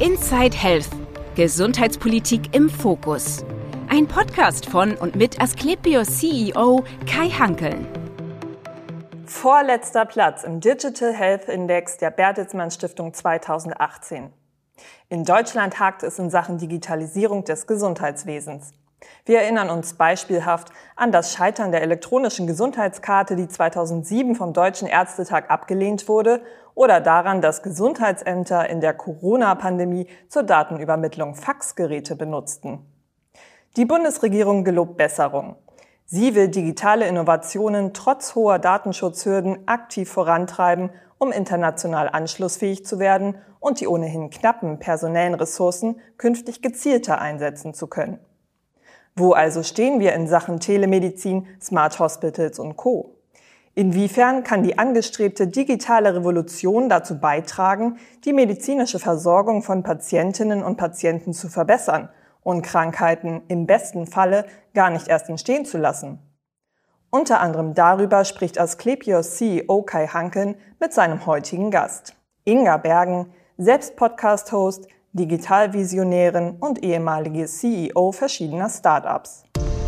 Inside Health – Gesundheitspolitik im Fokus. Ein Podcast von und mit Asklepios CEO Kai Hankeln. Vorletzter Platz im Digital Health Index der Bertelsmann Stiftung 2018. In Deutschland hakt es in Sachen Digitalisierung des Gesundheitswesens. Wir erinnern uns beispielhaft an das Scheitern der elektronischen Gesundheitskarte, die 2007 vom Deutschen Ärztetag abgelehnt wurde, oder daran, dass Gesundheitsämter in der Corona-Pandemie zur Datenübermittlung Faxgeräte benutzten. Die Bundesregierung gelobt Besserung. Sie will digitale Innovationen trotz hoher Datenschutzhürden aktiv vorantreiben, um international anschlussfähig zu werden und die ohnehin knappen personellen Ressourcen künftig gezielter einsetzen zu können. Wo also stehen wir in Sachen Telemedizin, Smart Hospitals und Co.? Inwiefern kann die angestrebte digitale Revolution dazu beitragen, die medizinische Versorgung von Patientinnen und Patienten zu verbessern und Krankheiten im besten Falle gar nicht erst entstehen zu lassen? Unter anderem darüber spricht Asklepios CEO Kai Hankeln mit seinem heutigen Gast. Inga Bergen, selbst Podcast-Host, Digitalvisionärin und ehemalige CEO verschiedener Startups.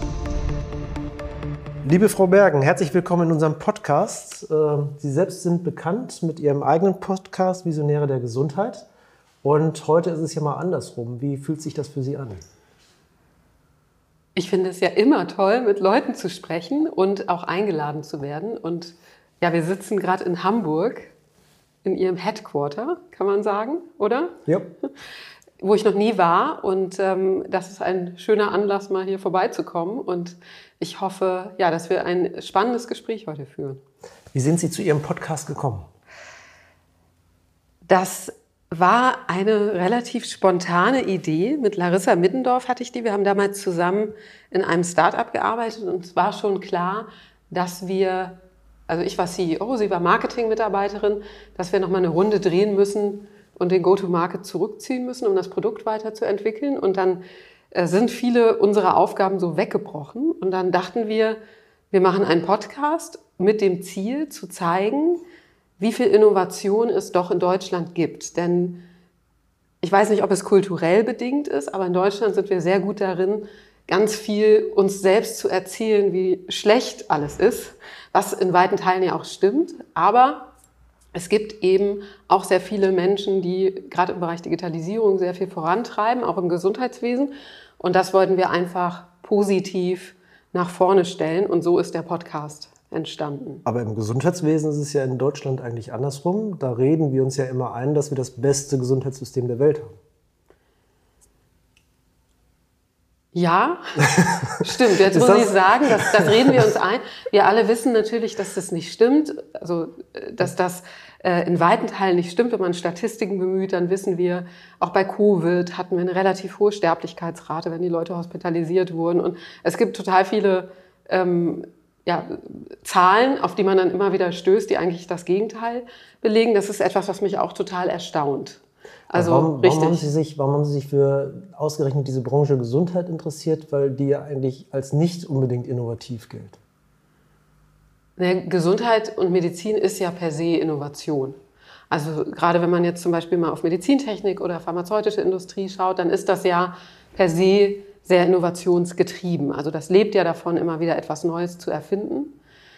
Liebe Frau Bergen, herzlich willkommen in unserem Podcast. Sie selbst sind bekannt mit Ihrem eigenen Podcast Visionäre der Gesundheit. Und heute ist es ja mal andersrum. Wie fühlt sich das für Sie an? Ich finde es ja immer toll, mit Leuten zu sprechen und auch eingeladen zu werden. Und ja, wir sitzen gerade in Hamburg in Ihrem Headquarter, kann man sagen, oder? Ja. Wo ich noch nie war. Und das ist ein schöner Anlass, mal hier vorbeizukommen. Und ich hoffe, ja, dass wir ein spannendes Gespräch heute führen. Wie sind Sie zu Ihrem Podcast gekommen? Das war eine relativ spontane Idee. Mit Larissa Middendorf hatte ich die. Wir haben damals zusammen in einem Start-up gearbeitet und es war schon klar, dass wir, also ich war CEO, sie war Marketing-Mitarbeiterin, dass wir nochmal eine Runde drehen müssen und den Go-to-Market zurückziehen müssen, um das Produkt weiterzuentwickeln. Und dann sind viele unserer Aufgaben so weggebrochen. Und dann dachten wir machen einen Podcast mit dem Ziel zu zeigen, wie viel Innovation es doch in Deutschland gibt. Denn ich weiß nicht, ob es kulturell bedingt ist, aber in Deutschland sind wir sehr gut darin, ganz viel uns selbst zu erzählen, wie schlecht alles ist, was in weiten Teilen ja auch stimmt. Aber es gibt eben auch sehr viele Menschen, die gerade im Bereich Digitalisierung sehr viel vorantreiben, auch im Gesundheitswesen. Und das wollten wir einfach positiv nach vorne stellen. Und so ist der Podcast entstanden. Aber im Gesundheitswesen ist es ja in Deutschland eigentlich andersrum. Da reden wir uns ja immer ein, dass wir das beste Gesundheitssystem der Welt haben. Ja, stimmt. Jetzt muss ich sagen, das reden wir uns ein. Wir alle wissen natürlich, dass das nicht stimmt. Also, dass das in weiten Teilen nicht stimmt. Wenn man Statistiken bemüht, dann wissen wir, auch bei Covid hatten wir eine relativ hohe Sterblichkeitsrate, wenn die Leute hospitalisiert wurden. Und es gibt total viele Zahlen, auf die man dann immer wieder stößt, die eigentlich das Gegenteil belegen. Das ist etwas, was mich auch total erstaunt. Also warum haben Sie sich für ausgerechnet diese Branche Gesundheit interessiert? Weil die ja eigentlich als nicht unbedingt innovativ gilt. Gesundheit und Medizin ist ja per se Innovation. Also gerade wenn man jetzt zum Beispiel mal auf Medizintechnik oder pharmazeutische Industrie schaut, dann ist das ja per se sehr innovationsgetrieben. Also das lebt ja davon, immer wieder etwas Neues zu erfinden.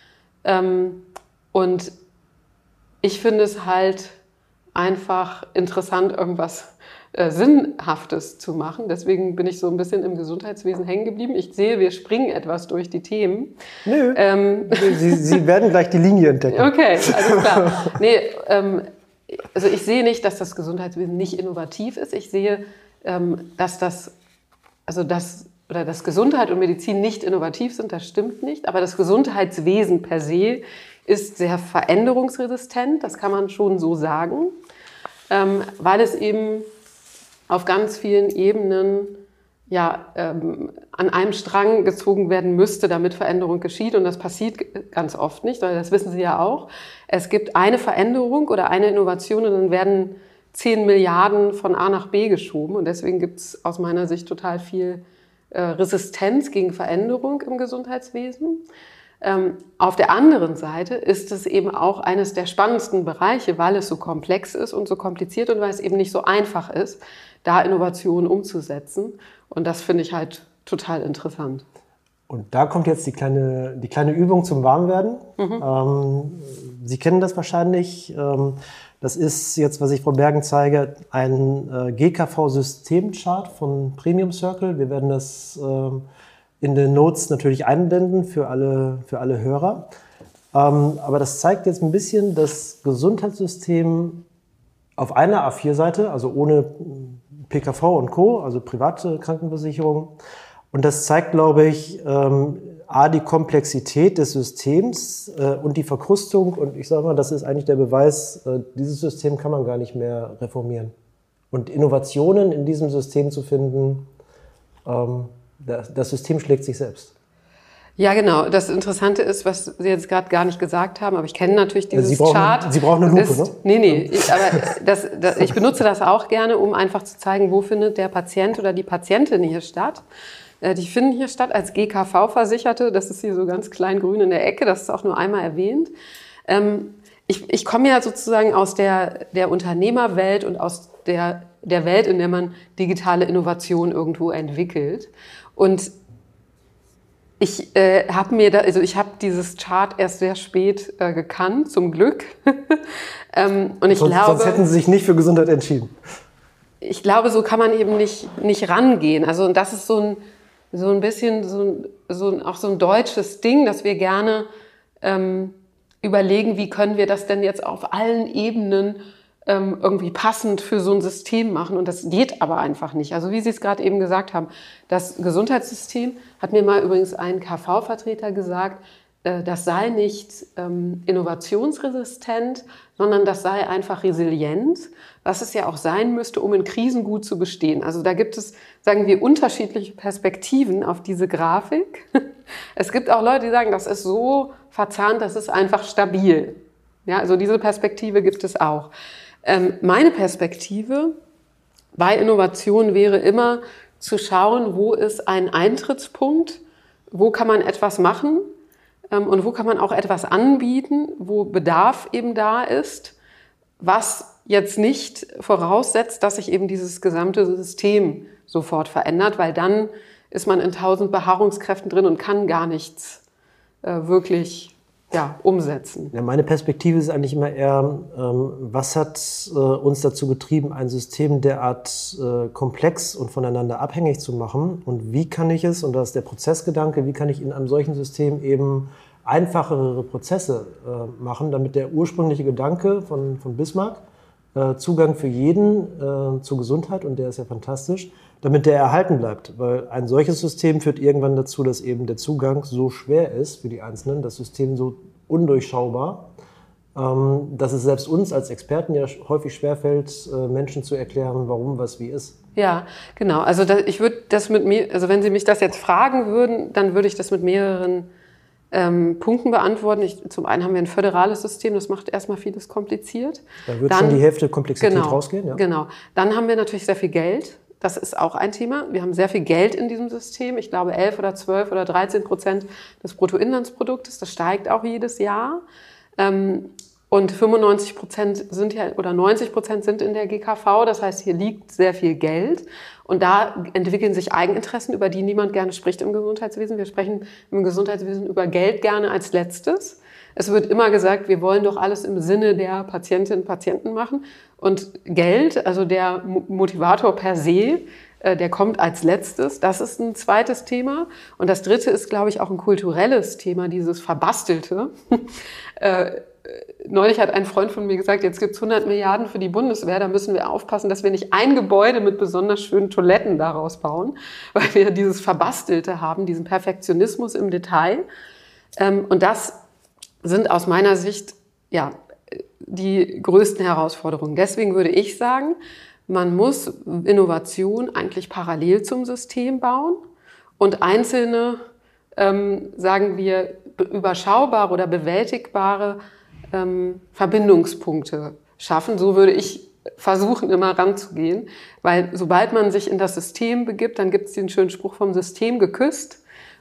Und ich finde es halt einfach interessant, irgendwas Sinnhaftes zu machen. Deswegen bin ich so ein bisschen im Gesundheitswesen hängen geblieben. Ich sehe, wir springen etwas durch die Themen. Nö, Sie werden gleich die Linie entdecken. Okay, alles klar. Also ich sehe nicht, dass das Gesundheitswesen nicht innovativ ist. Ich sehe, dass Gesundheit und Medizin nicht innovativ sind, das stimmt nicht. Aber das Gesundheitswesen per se ist sehr veränderungsresistent, das kann man schon so sagen, weil es eben auf ganz vielen Ebenen an einem Strang gezogen werden müsste, damit Veränderung geschieht. Und das passiert ganz oft nicht, weil das wissen Sie ja auch. Es gibt eine Veränderung oder eine Innovation und dann werden 10 Milliarden von A nach B geschoben. Und deswegen gibt es aus meiner Sicht total viel Resistenz gegen Veränderung im Gesundheitswesen. Auf der anderen Seite ist es eben auch eines der spannendsten Bereiche, weil es so komplex ist und so kompliziert und weil es eben nicht so einfach ist, da Innovationen umzusetzen. Und das finde ich halt total interessant. Und da kommt jetzt die kleine Übung zum Warmwerden. Sie kennen das wahrscheinlich. Das ist jetzt, was ich Frau Bergen zeige, ein GKV-Systemchart von Premium Circle. Wir werden das in den Notes natürlich einblenden für alle Hörer. Aber das zeigt jetzt ein bisschen das Gesundheitssystem auf einer A4-Seite, also ohne PKV und Co., also private Krankenversicherung. Und das zeigt, glaube ich, die Komplexität des Systems und die Verkrustung. Und ich sage mal, das ist eigentlich der Beweis, dieses System kann man gar nicht mehr reformieren. Und Innovationen in diesem System zu finden, das System schlägt sich selbst. Ja, genau. Das Interessante ist, was Sie jetzt gerade gar nicht gesagt haben, aber ich kenne natürlich dieses Chart. Sie brauchen eine Lupe, ne? Nee. Ich benutze das auch gerne, um einfach zu zeigen, wo findet der Patient oder die Patientin hier statt. Die finden hier statt als GKV-Versicherte. Das ist hier so ganz klein grün in der Ecke. Das ist auch nur einmal erwähnt. Ich komme ja sozusagen aus der Unternehmerwelt und aus der Welt, in der man digitale Innovation irgendwo entwickelt. Und ich habe dieses Chart erst sehr spät gekannt, zum Glück. Und ich glaube, sonst hätten Sie sich nicht für Gesundheit entschieden. Ich glaube, so kann man eben nicht rangehen. Also, und das ist so ein bisschen auch so ein deutsches Ding, dass wir gerne überlegen, wie können wir das denn jetzt auf allen Ebenen irgendwie passend für so ein System machen. Und das geht aber einfach nicht. Also wie Sie es gerade eben gesagt haben, das Gesundheitssystem, hat mir mal übrigens ein KV-Vertreter gesagt, das sei nicht innovationsresistent, sondern das sei einfach resilient, was es ja auch sein müsste, um in Krisen gut zu bestehen. Also da gibt es, sagen wir, unterschiedliche Perspektiven auf diese Grafik. Es gibt auch Leute, die sagen, das ist so verzahnt, das ist einfach stabil. Ja, also diese Perspektive gibt es auch. Meine Perspektive bei Innovation wäre immer zu schauen, wo ist ein Eintrittspunkt, wo kann man etwas machen und wo kann man auch etwas anbieten, wo Bedarf eben da ist, was jetzt nicht voraussetzt, dass sich eben dieses gesamte System sofort verändert, weil dann ist man in 1000 Beharrungskräften drin und kann gar nichts wirklich umsetzen. Ja, meine Perspektive ist eigentlich immer eher, was hat uns dazu getrieben, ein System derart komplex und voneinander abhängig zu machen und wie kann ich es, und das ist der Prozessgedanke, wie kann ich in einem solchen System eben einfachere Prozesse machen, damit der ursprüngliche Gedanke von Bismarck, Zugang für jeden zur Gesundheit, und der ist ja fantastisch, damit der erhalten bleibt. Weil ein solches System führt irgendwann dazu, dass eben der Zugang so schwer ist für die Einzelnen, das System so undurchschaubar, dass es selbst uns als Experten ja häufig schwerfällt, Menschen zu erklären, warum was wie ist. Ja, genau. Also ich würde das wenn Sie mich das jetzt fragen würden, dann würde ich das mit mehreren Punkten beantworten. Zum einen haben wir ein föderales System, das macht erstmal vieles kompliziert. Da wird schon die Hälfte Komplexität rausgehen. Ja? Genau. Dann haben wir natürlich sehr viel Geld. Das ist auch ein Thema. Wir haben sehr viel Geld in diesem System. Ich glaube 11 oder 12 oder 13% des Bruttoinlandsproduktes. Das steigt auch jedes Jahr. Und 95% sind ja, oder 90% sind in der GKV. Das heißt, hier liegt sehr viel Geld. Und da entwickeln sich Eigeninteressen, über die niemand gerne spricht im Gesundheitswesen. Wir sprechen im Gesundheitswesen über Geld gerne als Letztes. Es wird immer gesagt, wir wollen doch alles im Sinne der Patientinnen und Patienten machen. Und Geld, also der Motivator per se, der kommt als Letztes. Das ist ein zweites Thema. Und das dritte ist, glaube ich, auch ein kulturelles Thema, dieses Verbastelte. Neulich hat ein Freund von mir gesagt, jetzt gibt's 100 Milliarden für die Bundeswehr, da müssen wir aufpassen, dass wir nicht ein Gebäude mit besonders schönen Toiletten daraus bauen, weil wir dieses Verbastelte haben, diesen Perfektionismus im Detail. Und das sind aus meiner Sicht die größten Herausforderungen. Deswegen würde ich sagen, man muss Innovation eigentlich parallel zum System bauen und einzelne, sagen wir, überschaubare oder bewältigbare Verbindungspunkte schaffen. So würde ich versuchen, immer ranzugehen, weil sobald man sich in das System begibt, dann gibt es den schönen Spruch vom System geküsst.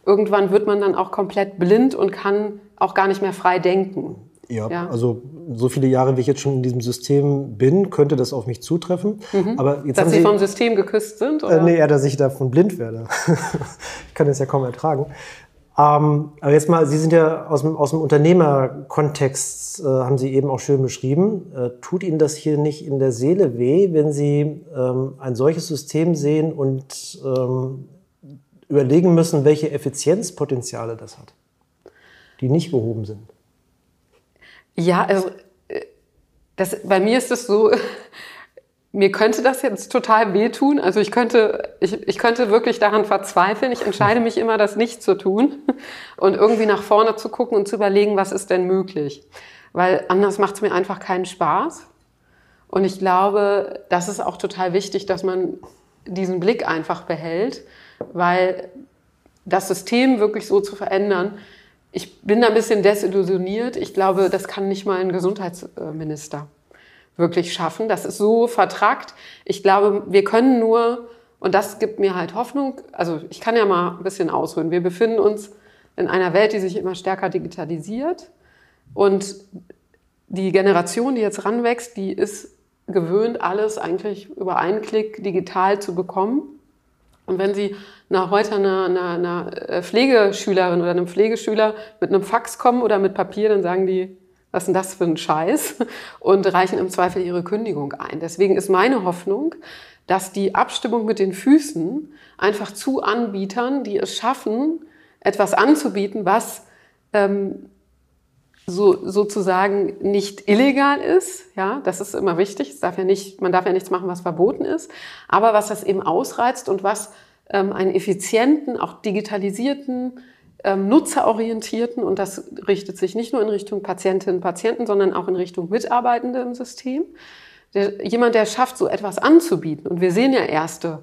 irgendwann wird man dann auch komplett blind und kann auch gar nicht mehr frei denken. Ja, also so viele Jahre, wie ich jetzt schon in diesem System bin, könnte das auf mich zutreffen. Aber jetzt dass haben Sie vom System geküsst sind? Oder? Nee, eher, dass ich davon blind werde. Ich kann das ja kaum ertragen. Aber jetzt mal, Sie sind ja aus dem Unternehmerkontext, haben Sie eben auch schön beschrieben. Tut Ihnen das hier nicht in der Seele weh, wenn Sie ein solches System sehen und überlegen müssen, welche Effizienzpotenziale das hat, die nicht behoben sind? Ja, also bei mir ist es so, mir könnte das jetzt total wehtun. Also ich könnte wirklich daran verzweifeln. Ich entscheide mich immer, das nicht zu tun und irgendwie nach vorne zu gucken und zu überlegen, was ist denn möglich. Weil anders macht es mir einfach keinen Spaß. Und ich glaube, das ist auch total wichtig, dass man diesen Blick einfach behält, weil das System wirklich so zu verändern, ich bin da ein bisschen desillusioniert. Ich glaube, das kann nicht mal ein Gesundheitsminister wirklich schaffen. Das ist so vertrackt. Ich glaube, wir können nur, und das gibt mir halt Hoffnung, also ich kann ja mal ein bisschen ausholen. Wir befinden uns in einer Welt, die sich immer stärker digitalisiert. Und die Generation, die jetzt ranwächst, die ist gewöhnt, alles eigentlich über einen Klick digital zu bekommen. Und wenn Sie heute einer Pflegeschülerin oder einem Pflegeschüler mit einem Fax kommen oder mit Papier, dann sagen die, was ist denn das für ein Scheiß? Und reichen im Zweifel ihre Kündigung ein. Deswegen ist meine Hoffnung, dass die Abstimmung mit den Füßen einfach zu Anbietern, die es schaffen, etwas anzubieten, was sozusagen nicht illegal ist, ja, das ist immer wichtig. Man darf ja nichts machen, was verboten ist, aber was das eben ausreizt und was einen effizienten, auch digitalisierten, nutzerorientierten, und das richtet sich nicht nur in Richtung Patientinnen und Patienten, sondern auch in Richtung Mitarbeitende im System. Jemand, der schafft, so etwas anzubieten, und wir sehen ja erste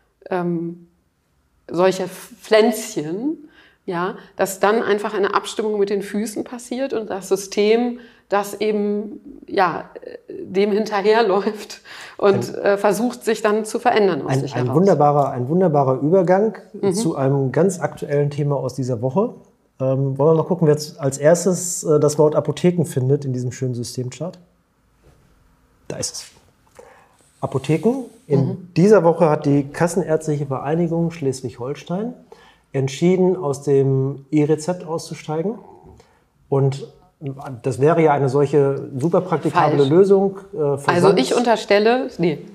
solche Pflänzchen, ja, dass dann einfach eine Abstimmung mit den Füßen passiert und das System, das eben dem hinterherläuft und versucht, sich dann zu verändern aus sich heraus. Ein wunderbarer Übergang zu einem ganz aktuellen Thema aus dieser Woche. Wollen wir mal gucken, wer jetzt als erstes das Wort Apotheken findet in diesem schönen Systemchart? Da ist es. Apotheken. In dieser Woche hat die Kassenärztliche Vereinigung Schleswig-Holstein entschieden, aus dem E-Rezept auszusteigen. Und das wäre ja eine solche super praktikable Lösung. Also ich unterstelle,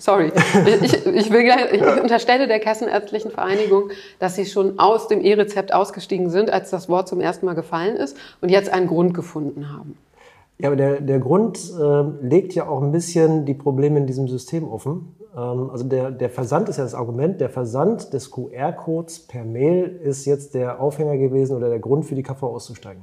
ich unterstelle der Kassenärztlichen Vereinigung, dass sie schon aus dem E-Rezept ausgestiegen sind, als das Wort zum ersten Mal gefallen ist und jetzt einen Grund gefunden haben. Ja, aber der Grund legt ja auch ein bisschen die Probleme in diesem System offen. Also der Versand ist ja das Argument, der Versand des QR-Codes per Mail ist jetzt der Aufhänger gewesen oder der Grund für die KV auszusteigen.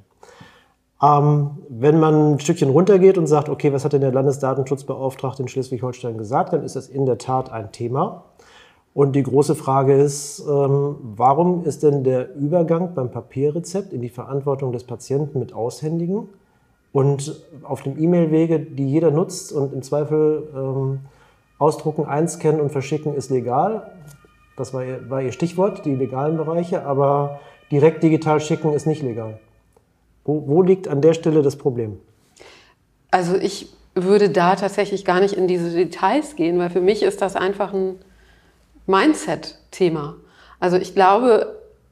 Wenn man ein Stückchen runtergeht und sagt, okay, was hat denn der Landesdatenschutzbeauftragte in Schleswig-Holstein gesagt, dann ist das in der Tat ein Thema. Und die große Frage ist, warum ist denn der Übergang beim Papierrezept in die Verantwortung des Patienten mit Aushändigen und auf dem E-Mail-Wege, die jeder nutzt und im Zweifel ausdrucken, einscannen und verschicken ist legal. Das war ihr Stichwort, die legalen Bereiche, aber direkt digital schicken ist nicht legal. Wo liegt an der Stelle das Problem? Also ich würde da tatsächlich gar nicht in diese Details gehen, weil für mich ist das einfach ein Mindset-Thema. Also ich glaube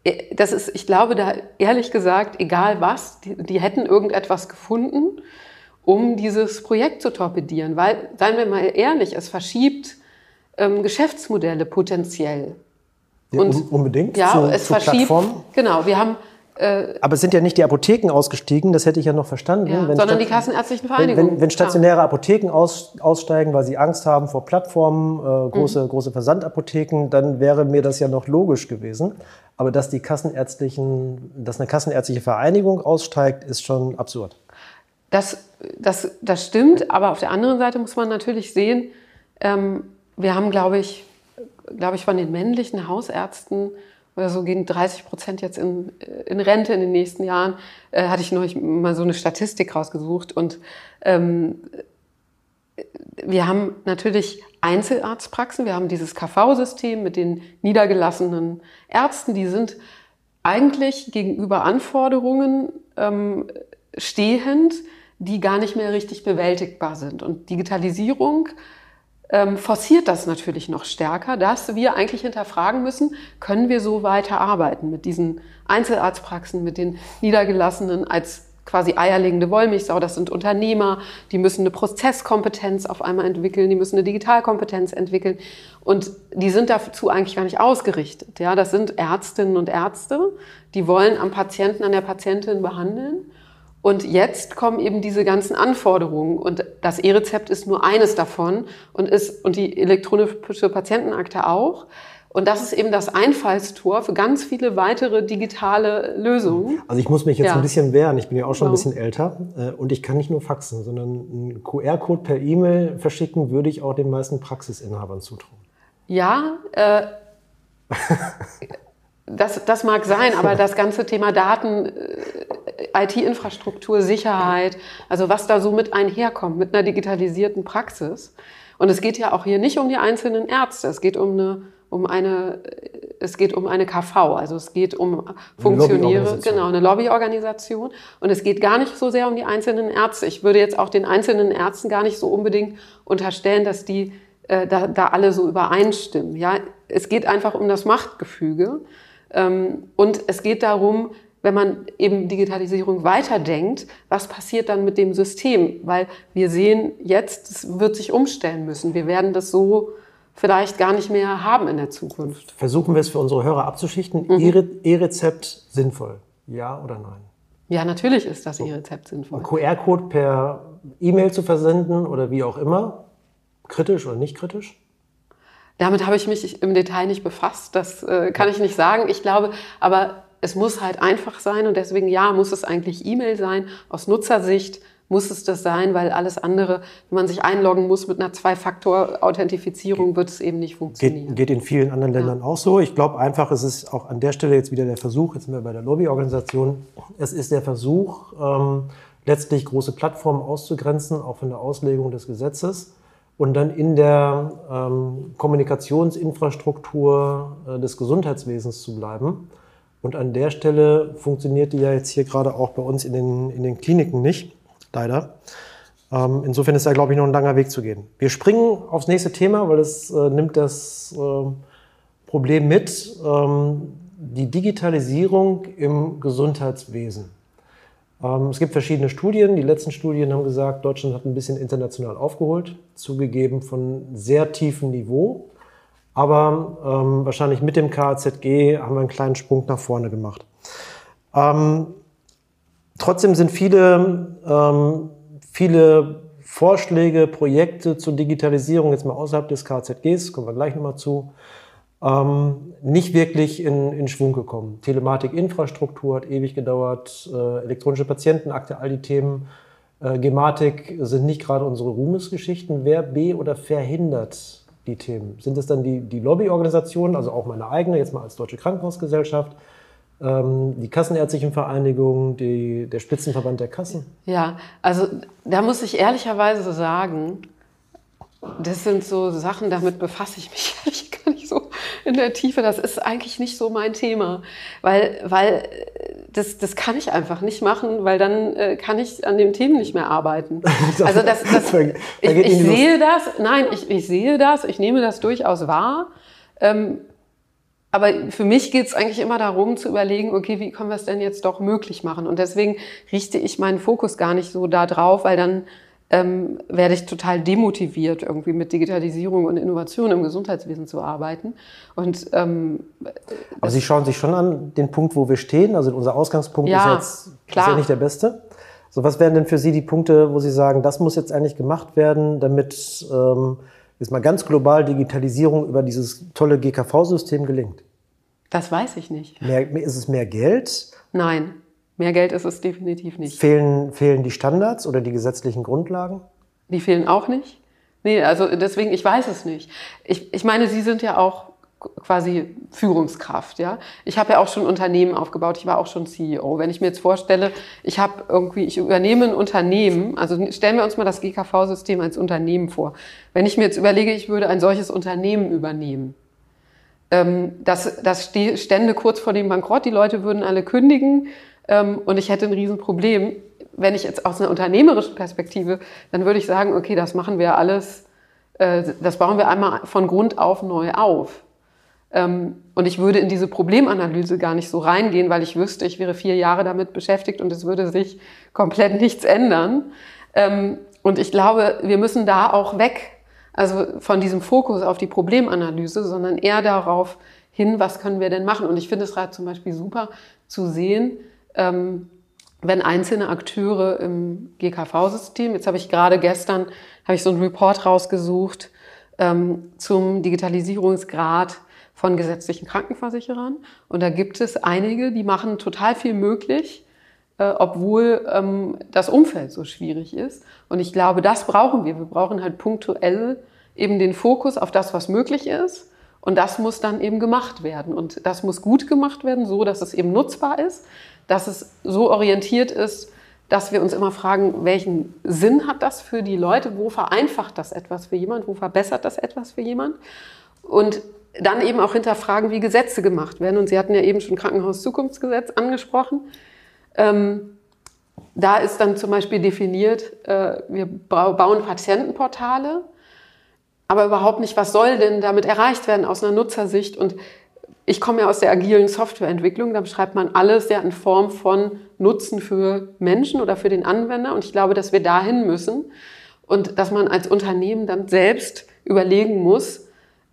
da ehrlich gesagt, egal was, die hätten irgendetwas gefunden, um dieses Projekt zu torpedieren. Weil, seien wir mal ehrlich, es verschiebt Geschäftsmodelle potenziell. Ja, unbedingt? Ja, es verschiebt. Plattformen? Genau, wir haben. Aber es sind ja nicht die Apotheken ausgestiegen, das hätte ich ja noch verstanden. Ja, sondern die kassenärztlichen Vereinigungen. Wenn stationäre Apotheken aussteigen, weil sie Angst haben vor Plattformen, große Versandapotheken, dann wäre mir das ja noch logisch gewesen. Aber dass eine kassenärztliche Vereinigung aussteigt, ist schon absurd. Das stimmt, aber auf der anderen Seite muss man natürlich sehen, wir haben, glaube ich, von den männlichen Hausärzten oder so gehen 30% jetzt in Rente in den nächsten Jahren. Hatte ich neulich mal so eine Statistik rausgesucht. Und wir haben natürlich Einzelarztpraxen. Wir haben dieses KV-System mit den niedergelassenen Ärzten. Die sind eigentlich gegenüber Anforderungen stehend, die gar nicht mehr richtig bewältigbar sind. Und Digitalisierung forciert das natürlich noch stärker, dass wir eigentlich hinterfragen müssen, können wir so weiter arbeiten mit diesen Einzelarztpraxen, mit den Niedergelassenen als quasi eierlegende Wollmilchsau. Das sind Unternehmer, die müssen eine Prozesskompetenz auf einmal entwickeln, die müssen eine Digitalkompetenz entwickeln und die sind dazu eigentlich gar nicht ausgerichtet. Ja, das sind Ärztinnen und Ärzte, die wollen am Patienten, an der Patientin behandeln. Und jetzt kommen eben diese ganzen Anforderungen und das E-Rezept ist nur eines davon und die elektronische Patientenakte auch. Und das ist eben das Einfallstor für ganz viele weitere digitale Lösungen. Also ich muss mich jetzt ein bisschen wehren, ich bin ja auch schon ein bisschen älter und ich kann nicht nur faxen, sondern einen QR-Code per E-Mail verschicken würde ich auch den meisten Praxisinhabern zutrauen. Ja, das mag sein, aber das ganze Thema Daten, IT-Infrastruktur, Sicherheit, also was da so mit einherkommt, mit einer digitalisierten Praxis. Und es geht ja auch hier nicht um die einzelnen Ärzte, es geht um eine KV, also es geht um Funktionäre, genau, eine Lobbyorganisation. Und es geht gar nicht so sehr um die einzelnen Ärzte. Ich würde jetzt auch den einzelnen Ärzten gar nicht so unbedingt unterstellen, dass die da alle so übereinstimmen. Ja, es geht einfach um das Machtgefüge. Und es geht darum, wenn man eben Digitalisierung weiterdenkt, was passiert dann mit dem System? Weil wir sehen jetzt, es wird sich umstellen müssen. Wir werden das so vielleicht gar nicht mehr haben in der Zukunft. Versuchen wir es für unsere Hörer abzuschichten. E-Rezept sinnvoll? Ja oder nein? Ja, natürlich ist das E-Rezept sinnvoll. QR-Code per E-Mail zu versenden oder wie auch immer? Kritisch oder nicht kritisch? Damit habe ich mich im Detail nicht befasst. Das kann ich nicht sagen. Ich glaube, aber es muss halt einfach sein und deswegen, ja, muss es eigentlich E-Mail sein. Aus Nutzersicht muss es das sein, weil alles andere, wenn man sich einloggen muss mit einer Zwei-Faktor-Authentifizierung, wird es eben nicht funktionieren. Geht in vielen anderen Ländern auch so. Ich glaube einfach, es ist auch an der Stelle jetzt wieder der Versuch, jetzt sind wir bei der Lobbyorganisation, es ist der Versuch, letztlich große Plattformen auszugrenzen, auch von der Auslegung des Gesetzes. Und dann in der Kommunikationsinfrastruktur des Gesundheitswesens zu bleiben. Und an der Stelle funktioniert die ja jetzt hier gerade auch bei uns in den Kliniken nicht, leider. Insofern ist da, glaube ich, noch ein langer Weg zu gehen. Wir springen aufs nächste Thema, weil es nimmt das Problem mit, die Digitalisierung im Gesundheitswesen. Es gibt verschiedene Studien. Die letzten Studien haben gesagt, Deutschland hat ein bisschen international aufgeholt, zugegeben von sehr tiefem Niveau. Aber wahrscheinlich mit dem KAZG haben wir einen kleinen Sprung nach vorne gemacht. Trotzdem sind viele Vorschläge, Projekte zur Digitalisierung, jetzt mal außerhalb des KAZGs, kommen wir gleich nochmal zu, nicht wirklich in Schwung gekommen. Telematikinfrastruktur hat ewig gedauert, elektronische Patientenakte, all die Themen, Gematik sind nicht gerade unsere Ruhmesgeschichten. Wer oder verhindert die Themen? Sind es dann die Lobbyorganisationen, also auch meine eigene, jetzt mal als Deutsche Krankenhausgesellschaft, die Kassenärztlichen Vereinigungen, der Spitzenverband der Kassen? Ja, also da muss ich ehrlicherweise sagen, das sind so Sachen, damit befasse ich mich ehrlich gar nicht so in der Tiefe. Das ist eigentlich nicht so mein Thema, weil das kann ich einfach nicht machen, weil dann kann ich an den Themen nicht mehr arbeiten. Also ich sehe das, nein, ich sehe das, ich nehme das durchaus wahr. Aber für mich geht es eigentlich immer darum zu überlegen, okay, wie können wir es denn jetzt doch möglich machen? Und deswegen richte ich meinen Fokus gar nicht so da drauf, weil dann werde ich total demotiviert, irgendwie mit Digitalisierung und Innovation im Gesundheitswesen zu arbeiten. Und, aber Sie schauen sich schon an den Punkt, wo wir stehen. Also unser Ausgangspunkt ist jetzt ist ja nicht der beste. So, was wären denn für Sie die Punkte, wo Sie sagen, das muss jetzt eigentlich gemacht werden, damit jetzt mal ganz global Digitalisierung über dieses tolle GKV-System gelingt? Das weiß ich nicht. Ist es mehr Geld? Nein. Mehr Geld ist es definitiv nicht. Fehlen die Standards oder die gesetzlichen Grundlagen? Die fehlen auch nicht. Nee, also deswegen, ich weiß es nicht. Ich meine, Sie sind ja auch quasi Führungskraft, ja. Ich habe ja auch schon Unternehmen aufgebaut, ich war auch schon CEO. Wenn ich mir jetzt vorstelle, ich übernehme ein Unternehmen, also stellen wir uns mal das GKV-System als Unternehmen vor. Wenn ich mir jetzt überlege, ich würde ein solches Unternehmen übernehmen, das stände kurz vor dem Bankrott, die Leute würden alle kündigen und ich hätte ein Riesenproblem. Wenn ich jetzt aus einer unternehmerischen Perspektive, dann würde ich sagen, okay, das machen wir alles, das bauen wir einmal von Grund auf neu auf. Und ich würde in diese Problemanalyse gar nicht so reingehen, weil ich wüsste, ich wäre 4 Jahre damit beschäftigt und es würde sich komplett nichts ändern. Und ich glaube, wir müssen da auch weg, also von diesem Fokus auf die Problemanalyse, sondern eher darauf hin, was können wir denn machen? Und ich finde es halt zum Beispiel super zu sehen, wenn einzelne Akteure im GKV-System, jetzt habe ich gerade gestern so einen Report rausgesucht zum Digitalisierungsgrad von gesetzlichen Krankenversicherern. Und da gibt es einige, die machen total viel möglich, obwohl das Umfeld so schwierig ist. Und ich glaube, das brauchen wir. Wir brauchen halt punktuell eben den Fokus auf das, was möglich ist. Und das muss dann eben gemacht werden. Und das muss gut gemacht werden, so dass es eben nutzbar ist, dass es so orientiert ist, dass wir uns immer fragen, welchen Sinn hat das für die Leute? Wo vereinfacht das etwas für jemand? Wo verbessert das etwas für jemand? Und dann eben auch hinterfragen, wie Gesetze gemacht werden. Und Sie hatten ja eben schon Krankenhauszukunftsgesetz angesprochen. Da ist dann zum Beispiel definiert, wir bauen Patientenportale, aber überhaupt nicht, was soll denn damit erreicht werden aus einer Nutzersicht. Und ich komme ja aus der agilen Softwareentwicklung, da beschreibt man alles ja in Form von Nutzen für Menschen oder für den Anwender. Und ich glaube, dass wir dahin müssen und dass man als Unternehmen dann selbst überlegen muss,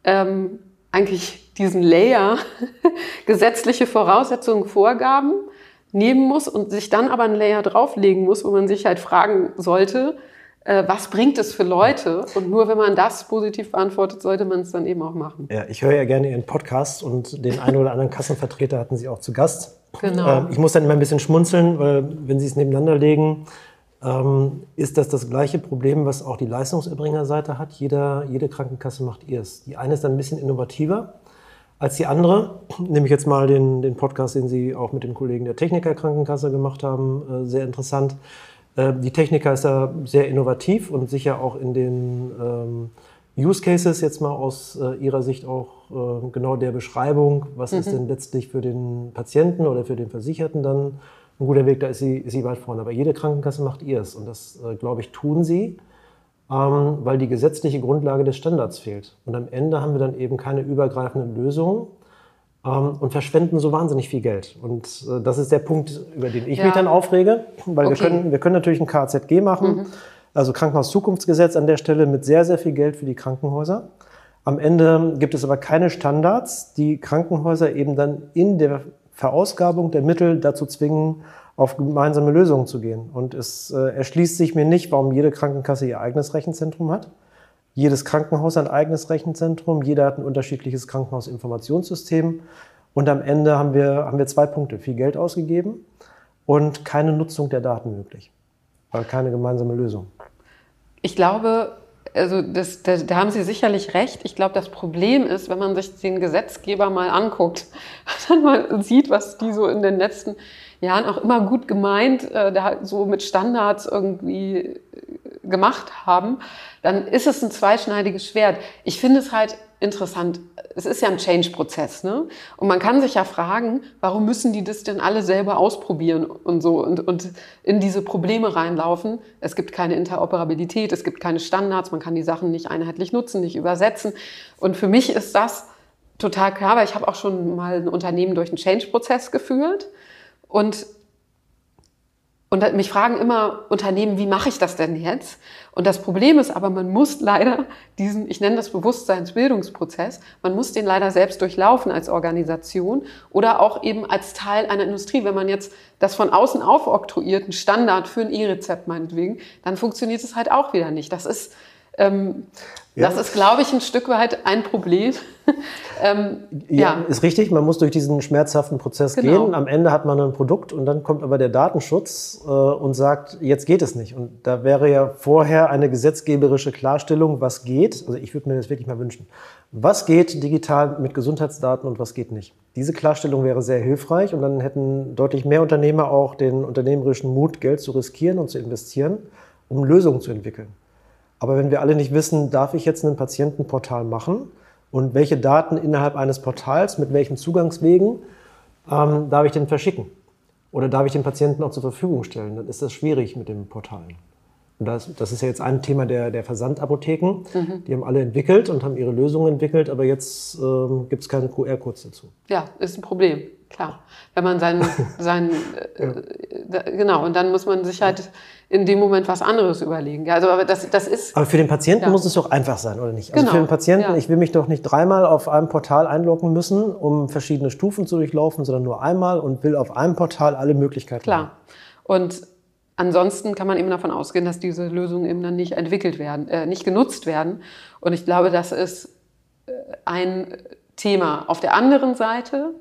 eigentlich diesen Layer gesetzliche Voraussetzungen, Vorgaben nehmen muss und sich dann aber einen Layer drauflegen muss, wo man sich halt fragen sollte, was bringt es für Leute? Und nur wenn man das positiv beantwortet, sollte man es dann eben auch machen. Ja, ich höre ja gerne Ihren Podcast und den einen oder anderen Kassenvertreter hatten Sie auch zu Gast. Genau. Ich muss dann immer ein bisschen schmunzeln, weil wenn Sie es nebeneinander legen, ist das gleiche Problem, was auch die Leistungserbringerseite hat. Jede Krankenkasse macht ihrs. Die eine ist dann ein bisschen innovativer als die andere. Nehme ich jetzt mal den Podcast, den Sie auch mit den Kollegen der Techniker Krankenkasse gemacht haben, sehr interessant. Die Techniker ist da sehr innovativ und sicher auch in den Use Cases jetzt mal aus Ihrer Sicht auch genau der Beschreibung, was ist denn letztlich für den Patienten oder für den Versicherten dann ein guter Weg, da ist sie weit vorne. Aber jede Krankenkasse macht ihrs und das, glaube ich, tun sie, weil die gesetzliche Grundlage des Standards fehlt. Und am Ende haben wir dann eben keine übergreifenden Lösungen und verschwenden so wahnsinnig viel Geld. Und das ist der Punkt, über den ich mich dann aufrege, weil wir können natürlich ein KZG machen, also Krankenhauszukunftsgesetz an der Stelle mit sehr, sehr viel Geld für die Krankenhäuser. Am Ende gibt es aber keine Standards, die Krankenhäuser eben dann in der Verausgabung der Mittel dazu zwingen, auf gemeinsame Lösungen zu gehen. Und es erschließt sich mir nicht, warum jede Krankenkasse ihr eigenes Rechenzentrum hat. Jedes Krankenhaus hat ein eigenes Rechenzentrum, jeder hat ein unterschiedliches Krankenhausinformationssystem. Und am Ende haben wir 2 Punkte, viel Geld ausgegeben und keine Nutzung der Daten möglich, weil keine gemeinsame Lösung. Ich glaube, also da haben Sie sicherlich recht. Ich glaube, das Problem ist, wenn man sich den Gesetzgeber mal anguckt, dann mal sieht, was die so in den letzten Jahren auch immer gut gemeint, da so mit Standards irgendwie gemacht haben, dann ist es ein zweischneidiges Schwert. Ich finde es halt interessant. Es ist ja ein Change-Prozess, ne? Und man kann sich ja fragen, warum müssen die das denn alle selber ausprobieren und so und in diese Probleme reinlaufen? Es gibt keine Interoperabilität, es gibt keine Standards, man kann die Sachen nicht einheitlich nutzen, nicht übersetzen. Und für mich ist das total klar, weil ich habe auch schon mal ein Unternehmen durch einen Change-Prozess geführt und mich fragen immer Unternehmen, wie mache ich das denn jetzt? Und das Problem ist aber, man muss leider diesen, ich nenne das Bewusstseinsbildungsprozess, man muss den leider selbst durchlaufen als Organisation oder auch eben als Teil einer Industrie. Wenn man jetzt das von außen aufoktroyiert, ein Standard für ein E-Rezept meinetwegen, dann funktioniert es halt auch wieder nicht. Das ist, glaube ich, ein Stück weit ein Problem. Ist richtig, man muss durch diesen schmerzhaften Prozess gehen. Am Ende hat man ein Produkt und dann kommt aber der Datenschutz und sagt, jetzt geht es nicht. Und da wäre ja vorher eine gesetzgeberische Klarstellung, was geht. Also ich würde mir das wirklich mal wünschen. Was geht digital mit Gesundheitsdaten und was geht nicht? Diese Klarstellung wäre sehr hilfreich und dann hätten deutlich mehr Unternehmer auch den unternehmerischen Mut, Geld zu riskieren und zu investieren, um Lösungen zu entwickeln. Aber wenn wir alle nicht wissen, darf ich jetzt ein Patientenportal machen und welche Daten innerhalb eines Portals mit welchen Zugangswegen darf ich denn verschicken? Oder darf ich den Patienten auch zur Verfügung stellen? Dann ist das schwierig mit dem Portal. Und das ist ja jetzt ein Thema der Versandapotheken. Die haben alle entwickelt und haben ihre Lösungen entwickelt, aber jetzt gibt es keine QR-Codes dazu. Ja, ist ein Problem, klar. Wenn man genau, und dann muss man sich halt in dem Moment was anderes überlegen. Ja, also, aber das ist... Aber für den Patienten muss es doch einfach sein, oder nicht? Also für den Patienten, ich will mich doch nicht dreimal auf einem Portal einloggen müssen, um verschiedene Stufen zu durchlaufen, sondern nur einmal und will auf einem Portal alle Möglichkeiten haben. Klar. Und ansonsten kann man eben davon ausgehen, dass diese Lösungen eben dann nicht entwickelt werden, nicht genutzt werden. Und ich glaube, das ist ein Thema. Auf der anderen Seite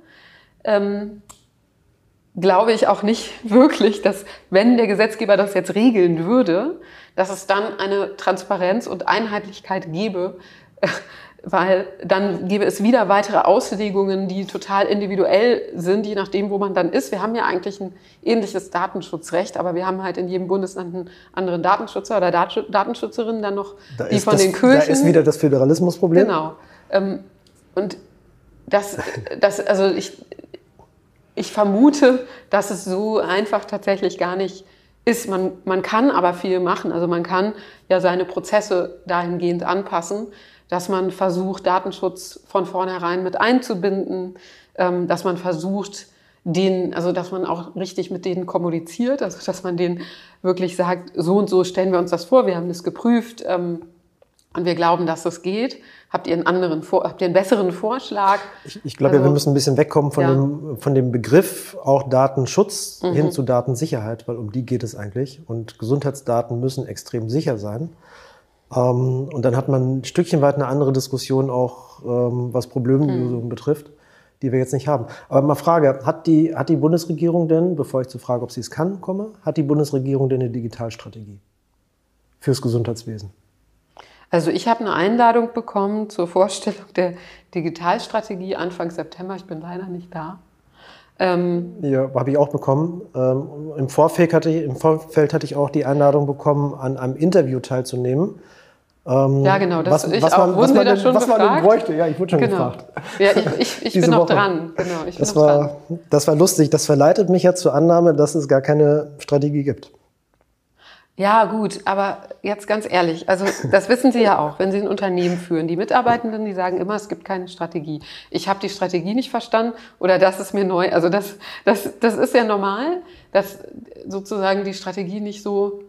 glaube ich auch nicht wirklich, dass, wenn der Gesetzgeber das jetzt regeln würde, dass es dann eine Transparenz und Einheitlichkeit gäbe, weil dann gäbe es wieder weitere Auslegungen, die total individuell sind, je nachdem, wo man dann ist. Wir haben ja eigentlich ein ähnliches Datenschutzrecht, aber wir haben halt in jedem Bundesland einen anderen Datenschützer oder Datenschützerin, dann noch die von den Kirchen. Da ist wieder das Föderalismusproblem. Genau. Und also ich vermute, dass es so einfach tatsächlich gar nicht ist. Man kann aber viel machen. Also man kann ja seine Prozesse dahingehend anpassen, dass man versucht, Datenschutz von vornherein mit einzubinden, dass man versucht, dass man auch richtig mit denen kommuniziert, also dass man denen wirklich sagt, so und so stellen wir uns das vor, wir haben das geprüft und wir glauben, dass das geht. Habt ihr einen besseren Vorschlag? Ich glaube, wir müssen ein bisschen wegkommen von dem Begriff auch Datenschutz hin zu Datensicherheit, weil um die geht es eigentlich. Und Gesundheitsdaten müssen extrem sicher sein. Und dann hat man ein Stückchen weit eine andere Diskussion auch, was Problemlösungen betrifft, die wir jetzt nicht haben. Aber mal Frage, hat die Bundesregierung denn, bevor ich zur Frage, ob sie es kann, komme, hat die Bundesregierung denn eine Digitalstrategie fürs Gesundheitswesen? Also ich habe eine Einladung bekommen zur Vorstellung der Digitalstrategie Anfang September. Ich bin leider nicht da. Ja, habe ich auch bekommen. Im Vorfeld hatte ich auch die Einladung bekommen, an einem Interview teilzunehmen. Ja, genau, das wurden Sie da schon gefragt? Was man denn bräuchte, ja, ich wurde schon gefragt. Ja, ich bin noch dran. Genau, das war lustig. Das verleitet mich ja zur Annahme, dass es gar keine Strategie gibt. Ja, gut, aber jetzt ganz ehrlich, also das wissen Sie ja auch, wenn Sie ein Unternehmen führen. Die Mitarbeitenden, die sagen immer, es gibt keine Strategie. Ich habe die Strategie nicht verstanden oder das ist mir neu. Also das ist ja normal, dass sozusagen die Strategie nicht so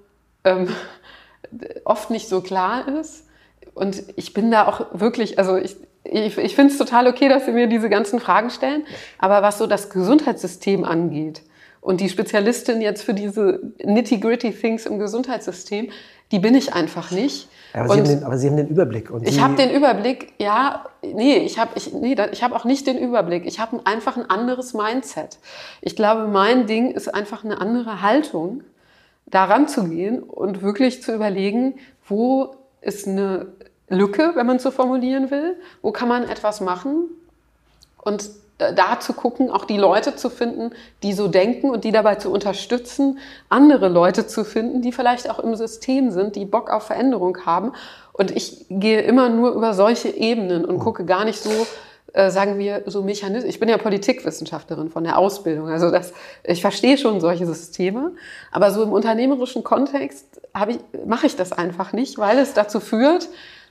oft nicht so klar ist. Und ich bin da auch wirklich, also ich finde es total okay, dass Sie mir diese ganzen Fragen stellen. Aber was so das Gesundheitssystem angeht, und die Spezialistin jetzt für diese nitty-gritty Things im Gesundheitssystem, die bin ich einfach nicht. Ja, aber Sie haben den Überblick. Ich habe den Überblick, ja. Ich habe auch nicht den Überblick. Ich habe einfach ein anderes Mindset. Ich glaube, mein Ding ist einfach eine andere Haltung, daran zu gehen und wirklich zu überlegen, wo ist eine Lücke, wenn man es so formulieren will, wo kann man etwas machen und da zu gucken, auch die Leute zu finden, die so denken und die dabei zu unterstützen, andere Leute zu finden, die vielleicht auch im System sind, die Bock auf Veränderung haben. Und ich gehe immer nur über solche Ebenen und gucke gar nicht so, sagen wir, so Mechanismen. Ich bin ja Politikwissenschaftlerin von der Ausbildung, also ich verstehe schon solche Systeme, aber so im unternehmerischen Kontext mache ich das einfach nicht, weil es dazu führt,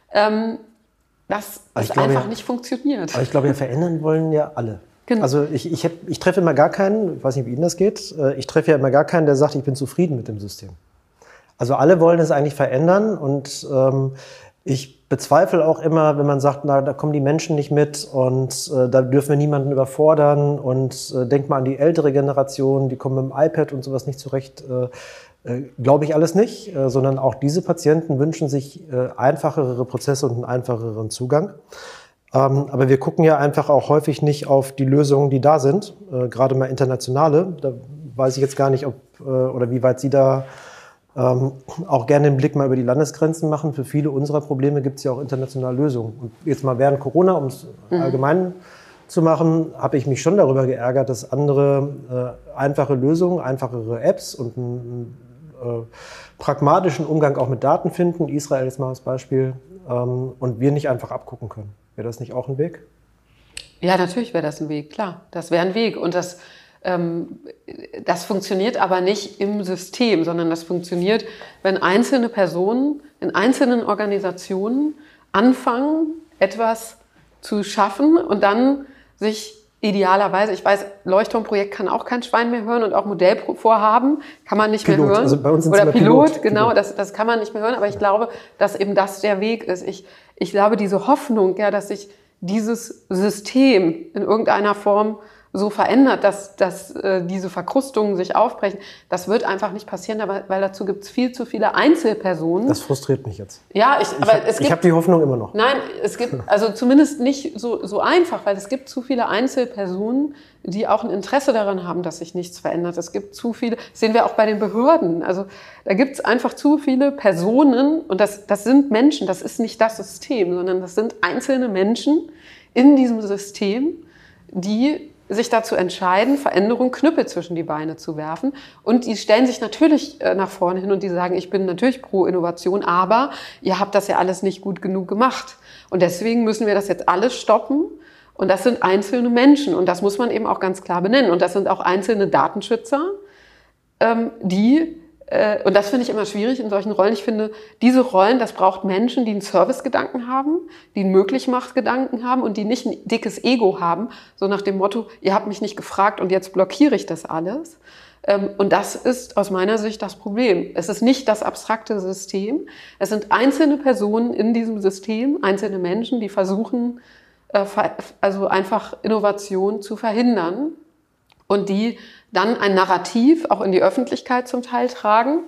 dass es einfach nicht funktioniert. Aber ich glaube, verändern wollen ja alle. Genau. Also ich treffe immer gar keinen, ich weiß nicht, wie Ihnen das geht, ich treffe ja immer gar keinen, der sagt, ich bin zufrieden mit dem System. Also alle wollen es eigentlich verändern und ich bezweifle auch immer, wenn man sagt, da kommen die Menschen nicht mit und da dürfen wir niemanden überfordern und denkt mal an die ältere Generation, die kommen mit dem iPad und sowas nicht zurecht. Glaube ich alles nicht, sondern auch diese Patienten wünschen sich einfachere Prozesse und einen einfacheren Zugang. Aber wir gucken ja einfach auch häufig nicht auf die Lösungen, die da sind, gerade mal internationale. Da weiß ich jetzt gar nicht, oder wie weit Sie da auch gerne den Blick mal über die Landesgrenzen machen. Für viele unserer Probleme gibt es ja auch internationale Lösungen. Und jetzt mal während Corona, um es allgemein zu machen, habe ich mich schon darüber geärgert, dass andere einfache Lösungen, einfachere Apps und einen pragmatischen Umgang auch mit Daten finden. Israel ist mal als Beispiel. Und wir nicht einfach abgucken können. Wäre das nicht auch ein Weg? Ja, natürlich wäre das ein Weg, klar. Das wäre ein Weg. Und das funktioniert aber nicht im System, sondern das funktioniert, wenn einzelne Personen in einzelnen Organisationen anfangen, etwas zu schaffen und dann sich idealerweise, ich weiß, Leuchtturmprojekt kann auch kein Schwein mehr hören und auch Modellvorhaben kann man nicht mehr hören. Also bei uns sind oder es Pilot, genau, das kann man nicht mehr hören. Aber ich glaube, dass eben das der Weg ist. Ich glaube, diese Hoffnung, ja, dass sich dieses System in irgendeiner Form so verändert, dass diese Verkrustungen sich aufbrechen, das wird einfach nicht passieren, weil dazu gibt es viel zu viele Einzelpersonen. Das frustriert mich jetzt. Ja, ich habe die Hoffnung immer noch. Nein, es gibt also zumindest nicht so einfach, weil es gibt zu viele Einzelpersonen, die auch ein Interesse daran haben, dass sich nichts verändert. Es gibt zu viele, das sehen wir auch bei den Behörden. Also da gibt es einfach zu viele Personen und das sind Menschen, das ist nicht das System, sondern das sind einzelne Menschen in diesem System, die sich dazu entscheiden, Veränderung Knüppel zwischen die Beine zu werfen. Und die stellen sich natürlich nach vorne hin und die sagen, ich bin natürlich pro Innovation, aber ihr habt das ja alles nicht gut genug gemacht. Und deswegen müssen wir das jetzt alles stoppen. Und das sind einzelne Menschen. Und das muss man eben auch ganz klar benennen. Und das sind auch einzelne Datenschützer, und das finde ich immer schwierig in solchen Rollen. Ich finde, diese Rollen, das braucht Menschen, die einen Servicegedanken haben, die einen Möglichmachtgedanken haben und die nicht ein dickes Ego haben, so nach dem Motto, ihr habt mich nicht gefragt und jetzt blockiere ich das alles. Und das ist aus meiner Sicht das Problem. Es ist nicht das abstrakte System. Es sind einzelne Personen in diesem System, einzelne Menschen, die versuchen, also einfach Innovation zu verhindern und die dann ein Narrativ auch in die Öffentlichkeit zum Teil tragen.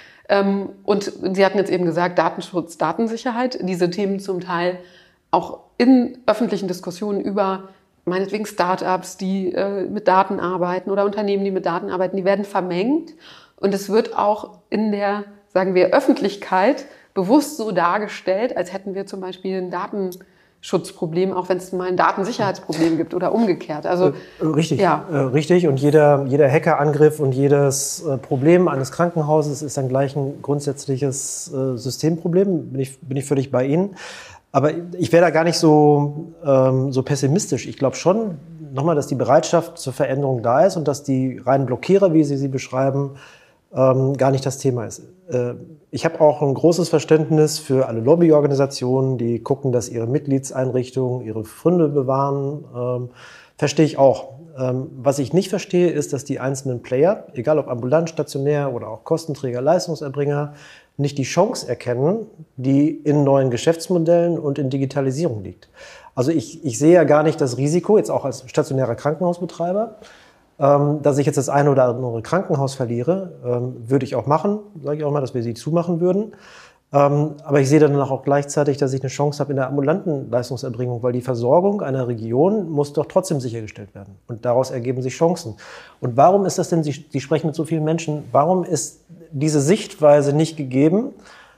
Und Sie hatten jetzt eben gesagt, Datenschutz, Datensicherheit, diese Themen zum Teil auch in öffentlichen Diskussionen über meinetwegen Start-ups, die mit Daten arbeiten oder Unternehmen, die mit Daten arbeiten, die werden vermengt. Und es wird auch in der, sagen wir, Öffentlichkeit bewusst so dargestellt, als hätten wir zum Beispiel ein Datenschutzproblem, auch wenn es mal ein Datensicherheitsproblem gibt oder umgekehrt. Also richtig, ja. Richtig. Und jeder Hackerangriff und jedes Problem eines Krankenhauses ist dann gleich ein grundsätzliches Systemproblem. Bin ich völlig bei Ihnen. Aber ich wäre da gar nicht so pessimistisch. Ich glaube schon, nochmal, dass die Bereitschaft zur Veränderung da ist und dass die reinen Blockierer, wie Sie beschreiben, gar nicht das Thema ist. Ich habe auch ein großes Verständnis für alle Lobbyorganisationen, die gucken, dass ihre Mitgliedseinrichtungen ihre Pfründe bewahren. Verstehe ich auch. Was ich nicht verstehe, ist, dass die einzelnen Player, egal ob ambulant, stationär oder auch Kostenträger, Leistungserbringer, nicht die Chance erkennen, die in neuen Geschäftsmodellen und in Digitalisierung liegt. Also ich sehe ja gar nicht das Risiko, jetzt auch als stationärer Krankenhausbetreiber, dass ich jetzt das eine oder andere Krankenhaus verliere, würde ich auch machen, sage ich auch mal, dass wir sie zumachen würden. Aber ich sehe dann auch gleichzeitig, dass ich eine Chance habe in der ambulanten Leistungserbringung, weil die Versorgung einer Region muss doch trotzdem sichergestellt werden. Und daraus ergeben sich Chancen. Und warum ist das denn, Sie sprechen mit so vielen Menschen, warum ist diese Sichtweise nicht gegeben,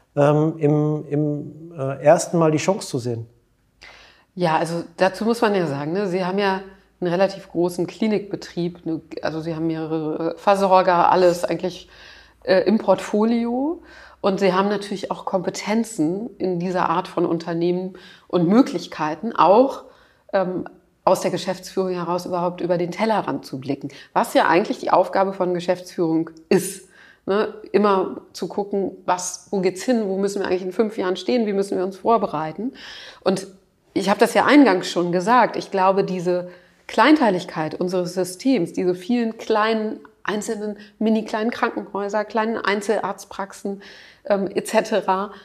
im ersten Mal die Chance zu sehen? Ja, also dazu muss man ja sagen, ne, Sie haben ja einen relativ großen Klinikbetrieb, also Sie haben mehrere Versorger, alles eigentlich im Portfolio. Und Sie haben natürlich auch Kompetenzen in dieser Art von Unternehmen und Möglichkeiten, auch aus der Geschäftsführung heraus überhaupt über den Tellerrand zu blicken. Was ja eigentlich die Aufgabe von Geschäftsführung ist. Ne? Immer zu gucken, wo geht's hin, wo müssen wir eigentlich in 5 Jahren stehen, wie müssen wir uns vorbereiten. Und ich habe das ja eingangs schon gesagt, ich glaube, diese Kleinteiligkeit unseres Systems, diese vielen kleinen einzelnen mini-kleinen Krankenhäuser, kleinen Einzelarztpraxen etc.,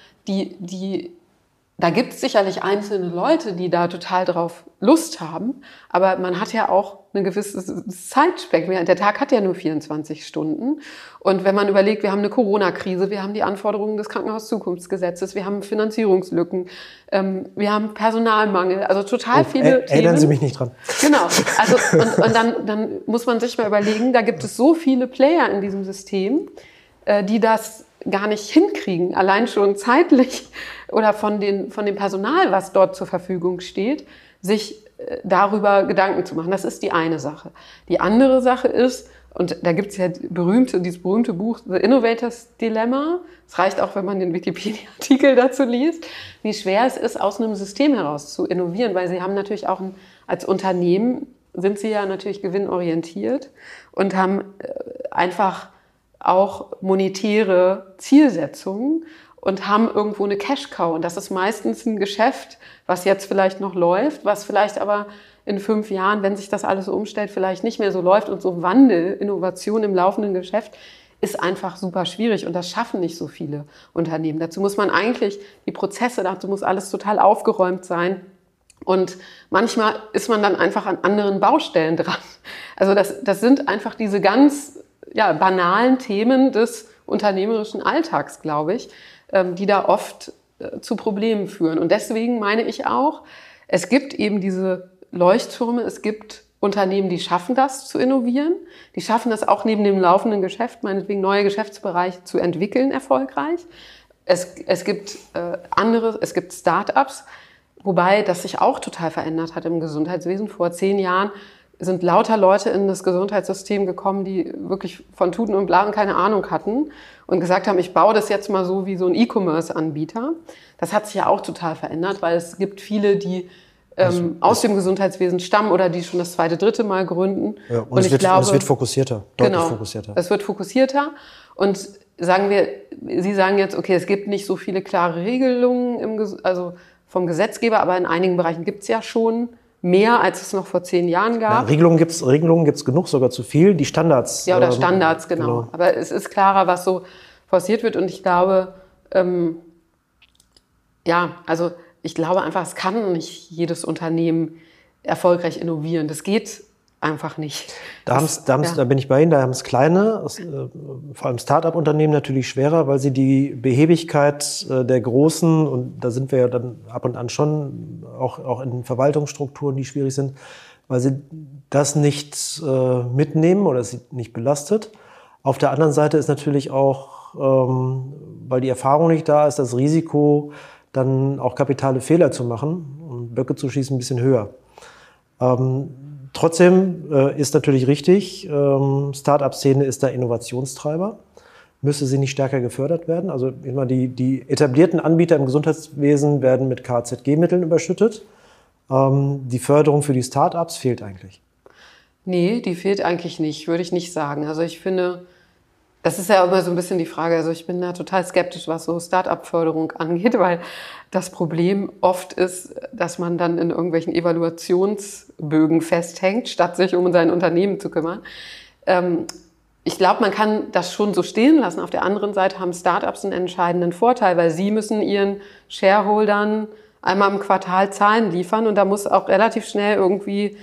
da gibt es sicherlich einzelne Leute, die da total drauf Lust haben, aber man hat ja auch eine gewisse Zeitspektrum. Der Tag hat ja nur 24 Stunden. Und wenn man überlegt, wir haben eine Corona-Krise, wir haben die Anforderungen des Krankenhauszukunftsgesetzes, wir haben Finanzierungslücken, wir haben Personalmangel, also total viele Themen. Erinnern Sie mich nicht dran. Genau. Also, und dann muss man sich mal überlegen, da gibt es so viele Player in diesem System, die das gar nicht hinkriegen, allein schon zeitlich oder von dem Personal, was dort zur Verfügung steht, sich darüber Gedanken zu machen. Das ist die eine Sache. Die andere Sache ist, Und da gibt es ja dieses berühmte Buch The Innovators Dilemma. Es reicht auch, wenn man den Wikipedia-Artikel dazu liest, wie schwer es ist, aus einem System heraus zu innovieren, weil sie haben natürlich auch als Unternehmen sind sie ja natürlich gewinnorientiert und haben einfach auch monetäre Zielsetzungen und haben irgendwo eine Cash-Cow. Und das ist meistens ein Geschäft, was jetzt vielleicht noch läuft, was vielleicht aber in 5 Jahren, wenn sich das alles umstellt, vielleicht nicht mehr so läuft. Und so Wandel, Innovation im laufenden Geschäft ist einfach super schwierig. Und das schaffen nicht so viele Unternehmen. Dazu muss man eigentlich die Prozesse, dazu muss alles total aufgeräumt sein. Und manchmal ist man dann einfach an anderen Baustellen dran. Also das sind einfach diese ganz banalen Themen des unternehmerischen Alltags, glaube ich, die da oft zu Problemen führen. Und deswegen meine ich auch, es gibt eben diese Leuchttürme, es gibt Unternehmen, die schaffen das zu innovieren, die schaffen das auch neben dem laufenden Geschäft, meinetwegen neue Geschäftsbereiche zu entwickeln, erfolgreich. Es gibt es gibt Start-ups, wobei das sich auch total verändert hat im Gesundheitswesen. Vor 10 Jahren sind lauter Leute in das Gesundheitssystem gekommen, die wirklich von Tuten und Blasen keine Ahnung hatten und gesagt haben, ich baue das jetzt mal so wie so ein E-Commerce-Anbieter. Das hat sich ja auch total verändert, weil es gibt viele, die aus dem Gesundheitswesen stammen oder die schon das 2., 3. Mal gründen. Ja, und es wird fokussierter, deutlich fokussierter. Es wird fokussierter und Sie sagen jetzt, okay, es gibt nicht so viele klare Regelungen also vom Gesetzgeber, aber in einigen Bereichen gibt es ja schon mehr, als es noch vor 10 Jahren gab. Ja, Regelungen gibt's genug, sogar zu viel. Die Standards. Ja, oder Standards, genau. Aber es ist klarer, was so forciert wird. Und ich glaube, ich glaube einfach, es kann nicht jedes Unternehmen erfolgreich innovieren. Das geht einfach nicht. Da bin ich bei Ihnen, da haben es kleine, vor allem Start-up-Unternehmen natürlich schwerer, weil sie die Behebigkeit der großen, und da sind wir ja dann ab und an schon auch in Verwaltungsstrukturen, die schwierig sind, weil sie das nicht mitnehmen oder es nicht belastet. Auf der anderen Seite ist natürlich auch, weil die Erfahrung nicht da ist, das Risiko, dann auch kapitale Fehler zu machen und Böcke zu schießen, ein bisschen höher. Trotzdem ist natürlich richtig, Start-up-Szene ist da Innovationstreiber. Müsste sie nicht stärker gefördert werden? Also immer die etablierten Anbieter im Gesundheitswesen werden mit KZG-Mitteln überschüttet. Die Förderung für die Start-ups fehlt eigentlich. Nee, die fehlt eigentlich nicht, würde ich nicht sagen. Also ich finde, das ist ja immer so ein bisschen die Frage, also ich bin da total skeptisch, was so Start-up-Förderung angeht, weil das Problem oft ist, dass man dann in irgendwelchen Evaluationsbögen festhängt, statt sich um sein Unternehmen zu kümmern. Ich glaube, man kann das schon so stehen lassen. Auf der anderen Seite haben Start-ups einen entscheidenden Vorteil, weil sie müssen ihren Shareholdern einmal im Quartal Zahlen liefern und da muss auch relativ schnell irgendwie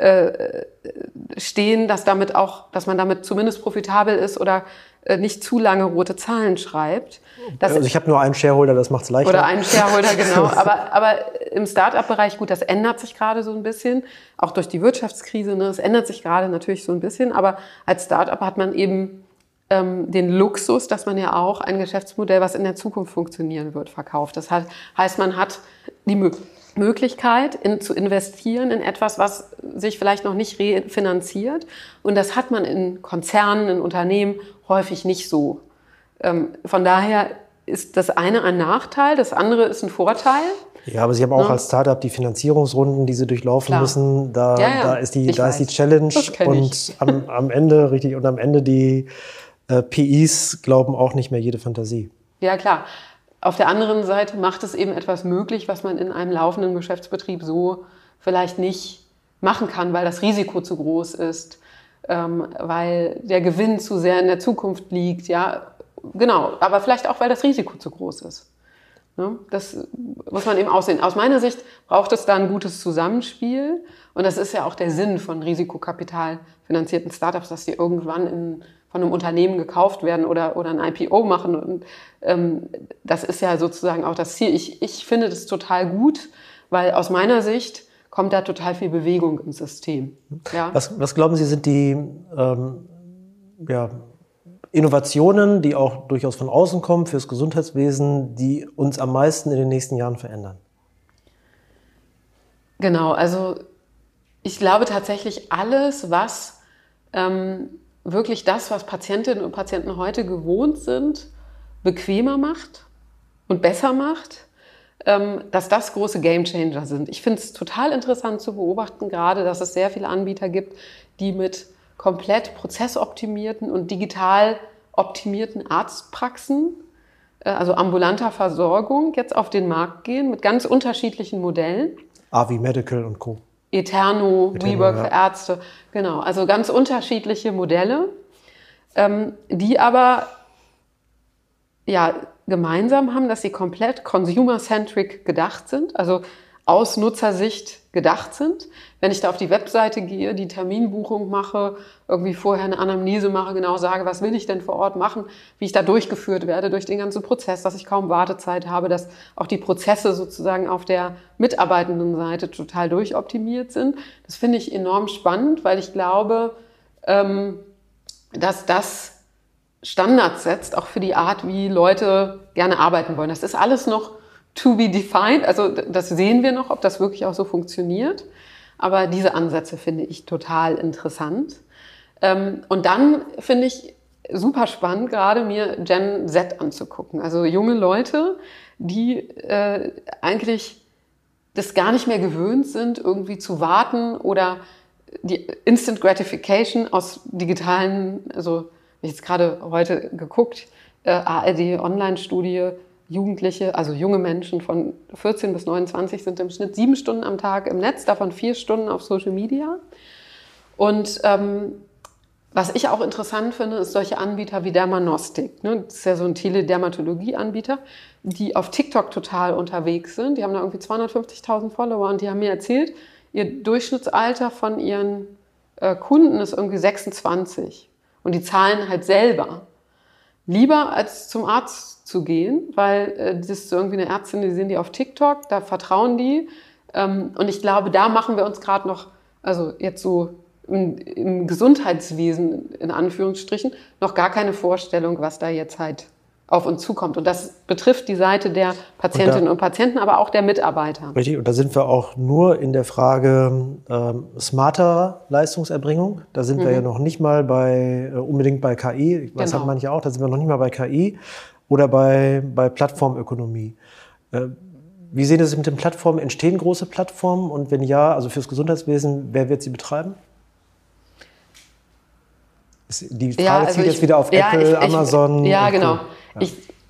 stehen, dass man damit zumindest profitabel ist oder nicht zu lange rote Zahlen schreibt. Also ich habe nur einen Shareholder, das macht es leichter. Oder einen Shareholder, genau. Aber im Start-up-Bereich, gut, das ändert sich gerade so ein bisschen, auch durch die Wirtschaftskrise, ne? Es ändert sich gerade natürlich so ein bisschen, aber als Start-up hat man eben den Luxus, dass man ja auch ein Geschäftsmodell, was in der Zukunft funktionieren wird, verkauft. Das heißt, man hat die Möglichkeit zu investieren in etwas, was sich vielleicht noch nicht refinanziert. Und das hat man in Konzernen, in Unternehmen häufig nicht so. Von daher ist das eine ein Nachteil, das andere ist ein Vorteil. Ja, aber Sie haben auch als Startup die Finanzierungsrunden, die Sie durchlaufen müssen. Da ist die Challenge und am Ende die PIs glauben auch nicht mehr jede Fantasie. Ja, klar. Auf der anderen Seite macht es eben etwas möglich, was man in einem laufenden Geschäftsbetrieb so vielleicht nicht machen kann, weil das Risiko zu groß ist, weil der Gewinn zu sehr in der Zukunft liegt. Ja, genau, aber vielleicht auch, weil das Risiko zu groß ist. Ne? Das muss man eben aussehen. Aus meiner Sicht braucht es da ein gutes Zusammenspiel. Und das ist ja auch der Sinn von risikokapitalfinanzierten Startups, dass die irgendwann von einem Unternehmen gekauft werden oder ein IPO machen. Und das ist ja sozusagen auch das Ziel. Ich finde das total gut, weil aus meiner Sicht kommt da total viel Bewegung ins System. Ja? Was glauben Sie, sind die Innovationen, die auch durchaus von außen kommen fürs Gesundheitswesen, die uns am meisten in den nächsten Jahren verändern? Genau, also ich glaube tatsächlich alles, was wirklich das, was Patientinnen und Patienten heute gewohnt sind, bequemer macht und besser macht, dass das große Gamechanger sind. Ich finde es total interessant zu beobachten, gerade, dass es sehr viele Anbieter gibt, die mit komplett prozessoptimierten und digital optimierten Arztpraxen, also ambulanter Versorgung, jetzt auf den Markt gehen mit ganz unterschiedlichen Modellen. Avi Medical und Co. Eterno, WeWork für Ärzte, genau, also ganz unterschiedliche Modelle, die aber gemeinsam haben, dass sie komplett consumer-centric gedacht sind, also aus Nutzersicht gedacht sind. Wenn ich da auf die Webseite gehe, die Terminbuchung mache, irgendwie vorher eine Anamnese mache, genau sage, was will ich denn vor Ort machen, wie ich da durchgeführt werde durch den ganzen Prozess, dass ich kaum Wartezeit habe, dass auch die Prozesse sozusagen auf der mitarbeitenden Seite total durchoptimiert sind. Das finde ich enorm spannend, weil ich glaube, dass das Standards setzt, auch für die Art, wie Leute gerne arbeiten wollen. Das ist alles noch to be defined, also das sehen wir noch, ob das wirklich auch so funktioniert. Aber diese Ansätze finde ich total interessant. Und dann finde ich super spannend, gerade mir Gen Z anzugucken. Also junge Leute, die eigentlich das gar nicht mehr gewöhnt sind, irgendwie zu warten oder die Instant Gratification aus digitalen, also habe ich jetzt gerade heute geguckt, ARD-Online-Studie, Jugendliche, also junge Menschen von 14 bis 29 sind im Schnitt 7 Stunden am Tag im Netz, davon 4 Stunden auf Social Media. Und was ich auch interessant finde, ist solche Anbieter wie Dermanostik. Ne? Das ist ja so ein Teledermatologie-Anbieter, die auf TikTok total unterwegs sind. Die haben da irgendwie 250.000 Follower und die haben mir erzählt, ihr Durchschnittsalter von ihren Kunden ist irgendwie 26. Und die zahlen halt selber. Lieber als zum Arzt zu gehen, weil das ist irgendwie eine Ärztin, die sehen die auf TikTok, da vertrauen die. Und ich glaube, da machen wir uns gerade noch, also jetzt so im Gesundheitswesen in Anführungsstrichen, noch gar keine Vorstellung, was da jetzt halt auf uns zukommt. Und das betrifft die Seite der Patientinnen und Patienten, aber auch der Mitarbeiter. Richtig, und da sind wir auch nur in der Frage smarter Leistungserbringung. Da sind wir ja noch nicht mal unbedingt bei KI, was haben manche auch, da sind wir noch nicht mal bei KI oder bei Plattformökonomie. Wie sehen Sie mit den Plattformen? Entstehen große Plattformen? Und wenn ja, also fürs Gesundheitswesen, wer wird sie betreiben? Die Frage zielt jetzt wieder auf Apple, Amazon. Ja, genau. Ja.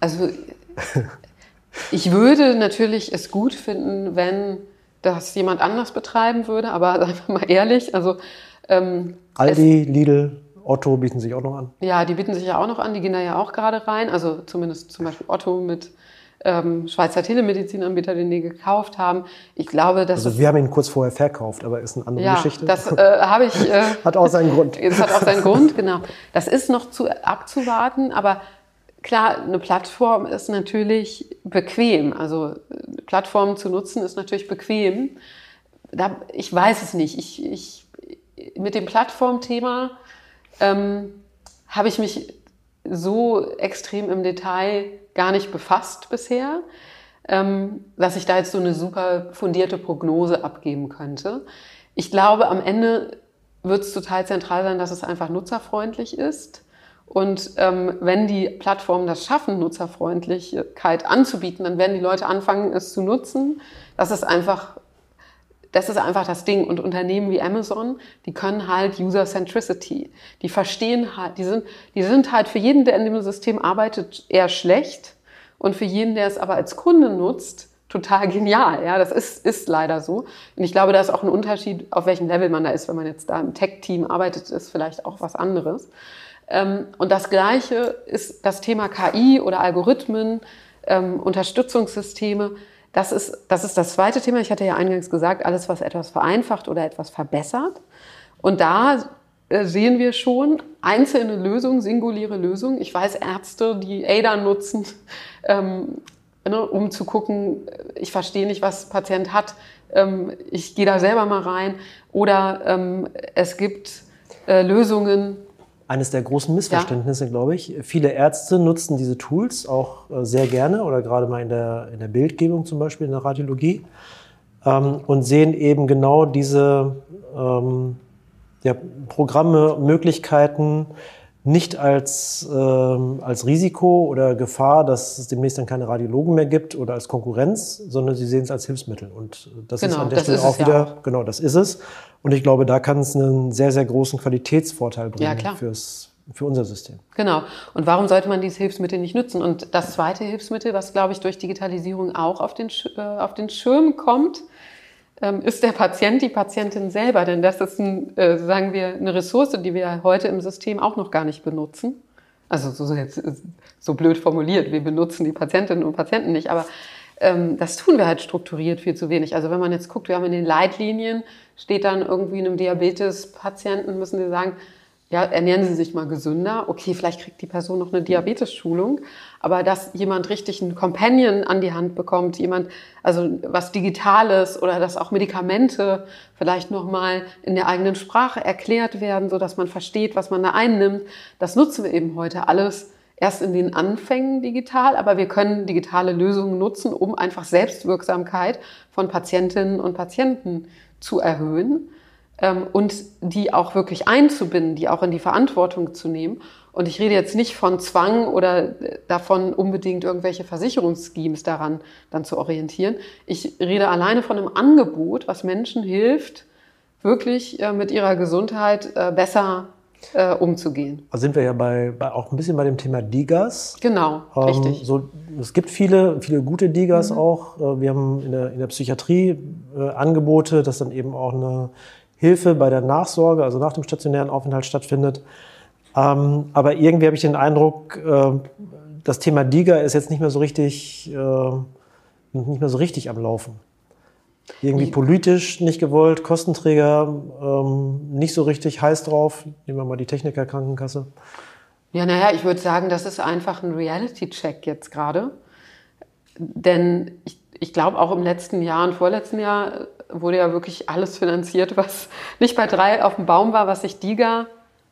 Ich würde natürlich es gut finden, wenn das jemand anders betreiben würde, aber sagen wir mal ehrlich, also Aldi, Lidl, Otto bieten sich auch noch an. Ja, die bieten sich ja auch noch an, die gehen da ja auch gerade rein, also zumindest zum Beispiel Otto mit Schweizer Telemedizinanbieter, den die gekauft haben. Ich glaube, dass wir haben ihn kurz vorher verkauft, aber ist eine andere Geschichte. Das habe ich. Hat auch seinen Grund. Das hat auch seinen Grund, genau. Das ist noch abzuwarten, aber klar, eine Plattform ist natürlich bequem. Also Plattformen zu nutzen ist natürlich bequem. Ich weiß es nicht. Mit dem Plattformthema habe ich mich so extrem im Detail gar nicht befasst bisher, dass ich da jetzt so eine super fundierte Prognose abgeben könnte. Ich glaube, am Ende wird es total zentral sein, dass es einfach nutzerfreundlich ist. Und wenn die Plattformen das schaffen, Nutzerfreundlichkeit anzubieten, dann werden die Leute anfangen, es zu nutzen. Das ist einfach das Ding. Und Unternehmen wie Amazon, die können halt User-Centricity. Die verstehen halt, die sind halt für jeden, der in dem System arbeitet, eher schlecht. Und für jeden, der es aber als Kunde nutzt, total genial. Ja, das ist leider so. Und ich glaube, da ist auch ein Unterschied, auf welchem Level man da ist. Wenn man jetzt da im Tech-Team arbeitet, ist vielleicht auch was anderes. Und das Gleiche ist das Thema KI oder Algorithmen, Unterstützungssysteme. Das ist das zweite Thema. Ich hatte ja eingangs gesagt, alles, was etwas vereinfacht oder etwas verbessert. Und da sehen wir schon einzelne Lösungen, singuläre Lösungen. Ich weiß Ärzte, die Ada nutzen, um zu gucken, ich verstehe nicht, was der Patient hat. Ich gehe da selber mal rein. Oder es gibt Lösungen. Eines der großen Missverständnisse, glaube ich. Viele Ärzte nutzen diese Tools auch sehr gerne oder gerade mal in der Bildgebung zum Beispiel, in der Radiologie und sehen eben genau diese Programme, Möglichkeiten, nicht als Risiko oder Gefahr, dass es demnächst dann keine Radiologen mehr gibt oder als Konkurrenz, sondern sie sehen es als Hilfsmittel. Und das ist an der Stelle auch wieder, genau, das ist es. Und ich glaube, da kann es einen sehr, sehr großen Qualitätsvorteil bringen für unser System. Genau. Und warum sollte man dieses Hilfsmittel nicht nutzen? Und das zweite Hilfsmittel, was, glaube ich, durch Digitalisierung auch auf den Schirm kommt, ist der Patient, die Patientin selber. Denn das ist, sagen wir, eine Ressource, die wir heute im System auch noch gar nicht benutzen. Also so blöd formuliert, wir benutzen die Patientinnen und Patienten nicht, aber das tun wir halt strukturiert viel zu wenig. Also wenn man jetzt guckt, wir haben in den Leitlinien, steht dann irgendwie einem Diabetes-Patienten, müssen Sie sagen, ja, ernähren Sie sich mal gesünder. Okay, vielleicht kriegt die Person noch eine Diabetes-Schulung, aber dass jemand richtig einen Companion an die Hand bekommt, also was Digitales oder dass auch Medikamente vielleicht nochmal in der eigenen Sprache erklärt werden, sodass man versteht, was man da einnimmt, das nutzen wir eben heute alles erst in den Anfängen digital, aber wir können digitale Lösungen nutzen, um einfach Selbstwirksamkeit von Patientinnen und Patienten zu erhöhen. Und die auch wirklich einzubinden, die auch in die Verantwortung zu nehmen. Und ich rede jetzt nicht von Zwang oder davon, unbedingt irgendwelche Versicherungsschemes daran dann zu orientieren. Ich rede alleine von einem Angebot, was Menschen hilft, wirklich mit ihrer Gesundheit besser umzugehen. Da sind wir ja auch ein bisschen bei dem Thema DiGAs. Genau, richtig. Es gibt viele gute DiGAs auch. Wir haben in der Psychiatrie Angebote, dass dann eben auch eine Hilfe bei der Nachsorge, also nach dem stationären Aufenthalt stattfindet. Aber irgendwie habe ich den Eindruck, das Thema DiGA ist jetzt nicht mehr so richtig am Laufen. Irgendwie politisch nicht gewollt, Kostenträger nicht so richtig heiß drauf. Nehmen wir mal die Technikerkrankenkasse. Ja, naja, ich würde sagen, das ist einfach ein Reality-Check jetzt gerade. Denn ich glaube, auch im letzten Jahr und vorletzten Jahr wurde ja wirklich alles finanziert, was nicht bei 3 auf dem Baum war, was sich DiGA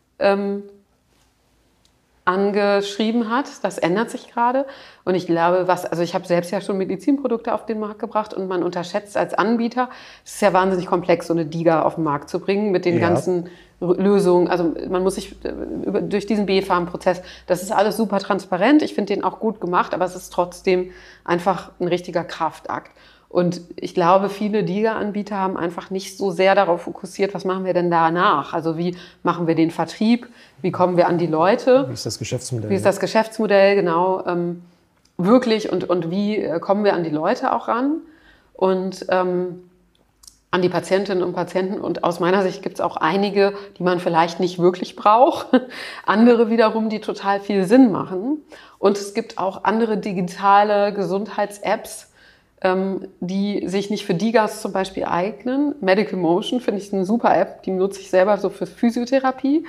angeschrieben hat. Das ändert sich gerade. Und ich glaube, ich habe selbst ja schon Medizinprodukte auf den Markt gebracht und man unterschätzt als Anbieter, es ist ja wahnsinnig komplex, so eine DiGA auf den Markt zu bringen mit den ganzen Lösungen. Also man muss sich durch diesen BfArM-Prozess, das ist alles super transparent. Ich finde den auch gut gemacht, aber es ist trotzdem einfach ein richtiger Kraftakt. Und ich glaube, viele DiGA-Anbieter haben einfach nicht so sehr darauf fokussiert, was machen wir denn danach? Also wie machen wir den Vertrieb? Wie kommen wir an die Leute? Wie ist das Geschäftsmodell? Wie ist das Geschäftsmodell, genau. Wirklich und wie kommen wir an die Leute auch ran? Und an die Patientinnen und Patienten. Und aus meiner Sicht gibt es auch einige, die man vielleicht nicht wirklich braucht. Andere wiederum, die total viel Sinn machen. Und es gibt auch andere digitale Gesundheits-Apps, die sich nicht für DiGAs zum Beispiel eignen. Medical Motion finde ich eine super App, die nutze ich selber so für Physiotherapie.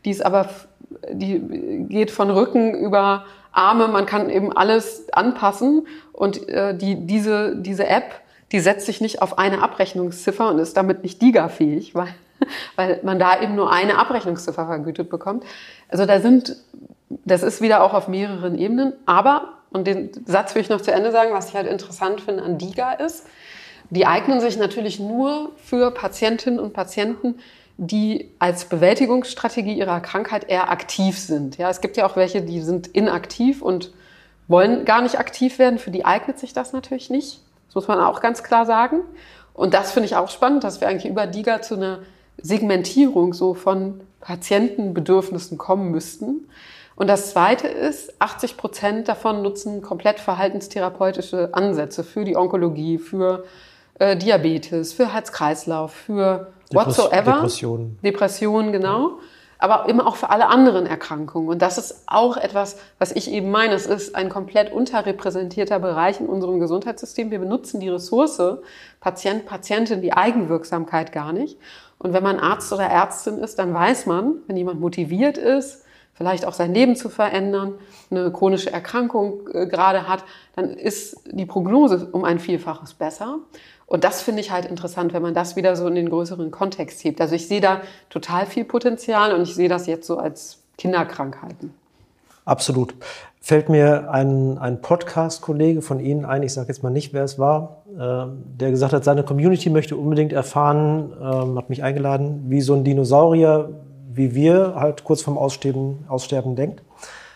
Die geht von Rücken über Arme, man kann eben alles anpassen. Und diese App, die setzt sich nicht auf eine Abrechnungsziffer und ist damit nicht DiGA-fähig, weil man da eben nur eine Abrechnungsziffer vergütet bekommt. Also das ist wieder auch auf mehreren Ebenen, aber, und den Satz will ich noch zu Ende sagen, was ich halt interessant finde an DiGA ist, die eignen sich natürlich nur für Patientinnen und Patienten, die als Bewältigungsstrategie ihrer Krankheit eher aktiv sind. Ja, es gibt ja auch welche, die sind inaktiv und wollen gar nicht aktiv werden. Für die eignet sich das natürlich nicht. Das muss man auch ganz klar sagen. Und das finde ich auch spannend, dass wir eigentlich über DiGA zu einer Segmentierung so von Patientenbedürfnissen kommen müssten. Und das Zweite ist, 80% davon nutzen komplett verhaltenstherapeutische Ansätze für die Onkologie, für Diabetes, für Herz-Kreislauf, für whatsoever. Depressionen, genau. Aber immer auch für alle anderen Erkrankungen. Und das ist auch etwas, was ich eben meine. Es ist ein komplett unterrepräsentierter Bereich in unserem Gesundheitssystem. Wir benutzen die Ressource Patient, Patientin, die Eigenwirksamkeit gar nicht. Und wenn man Arzt oder Ärztin ist, dann weiß man, wenn jemand motiviert ist, vielleicht auch sein Leben zu verändern, eine chronische Erkrankung gerade hat, dann ist die Prognose um ein Vielfaches besser. Und das finde ich halt interessant, wenn man das wieder so in den größeren Kontext hebt. Also ich sehe da total viel Potenzial und ich sehe das jetzt so als Kinderkrankheiten. Absolut. Fällt mir ein Podcast-Kollege von Ihnen ein, ich sage jetzt mal nicht, wer es war, der gesagt hat, seine Community möchte unbedingt erfahren, hat mich eingeladen, wie so ein Dinosaurier, wie wir, halt kurz vorm Aussterben denkt.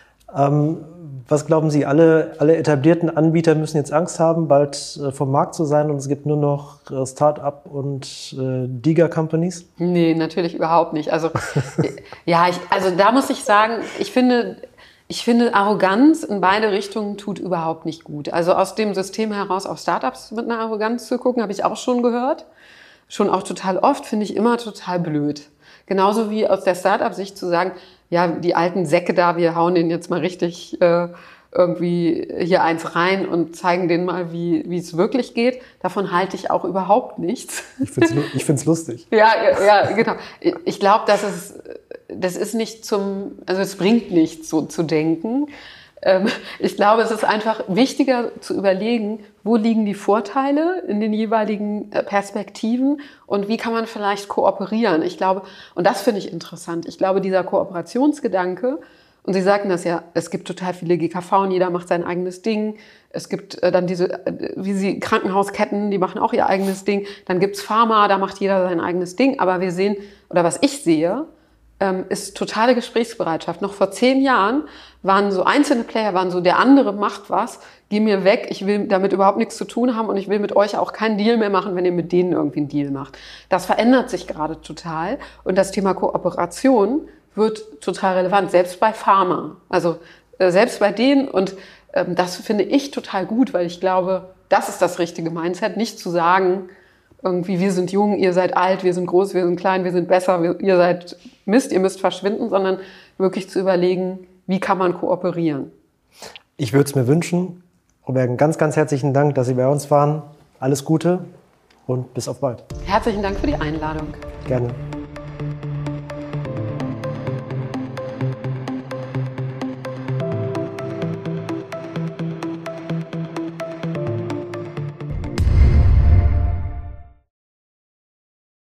Was glauben Sie, alle etablierten Anbieter müssen jetzt Angst haben, bald vom Markt zu sein und es gibt nur noch Start-up und Diga-Companies? Nee, natürlich überhaupt nicht. Also, also da muss ich sagen, ich finde, Arroganz in beide Richtungen tut überhaupt nicht gut. Also aus dem System heraus auf Startups mit einer Arroganz zu gucken, habe ich auch schon gehört. Schon auch total oft, finde ich immer total blöd. Genauso wie aus der Startup-Sicht zu sagen, ja, die alten Säcke da, wir hauen denen jetzt mal richtig irgendwie hier eins rein und zeigen denen mal, wie es wirklich geht. Davon halte ich auch überhaupt nichts. Ich find's lustig. Ja, genau. Ich glaube, das ist nicht also es bringt nichts, so zu denken. Ich glaube, es ist einfach wichtiger zu überlegen, wo liegen die Vorteile in den jeweiligen Perspektiven und wie kann man vielleicht kooperieren. Ich glaube, und das finde ich interessant, ich glaube, dieser Kooperationsgedanke, und Sie sagten das ja, es gibt total viele GKV und jeder macht sein eigenes Ding. Es gibt dann diese, Krankenhausketten, die machen auch ihr eigenes Ding. Dann gibt's Pharma, da macht jeder sein eigenes Ding. Aber wir sehen, oder was ich sehe, ist totale Gesprächsbereitschaft. Noch vor 10 Jahren waren so einzelne Player, der andere macht was, geh mir weg, ich will damit überhaupt nichts zu tun haben und ich will mit euch auch keinen Deal mehr machen, wenn ihr mit denen irgendwie einen Deal macht. Das verändert sich gerade total und das Thema Kooperation wird total relevant, selbst bei Pharma. Also selbst bei denen und das finde ich total gut, weil ich glaube, das ist das richtige Mindset, nicht zu sagen, irgendwie, wir sind jung, ihr seid alt, wir sind groß, wir sind klein, wir sind besser, ihr seid Mist, ihr müsst verschwinden, sondern wirklich zu überlegen, wie kann man kooperieren. Ich würde es mir wünschen. Frau Bergen, ganz, ganz herzlichen Dank, dass Sie bei uns waren. Alles Gute und bis auf bald. Herzlichen Dank für die Einladung. Gerne.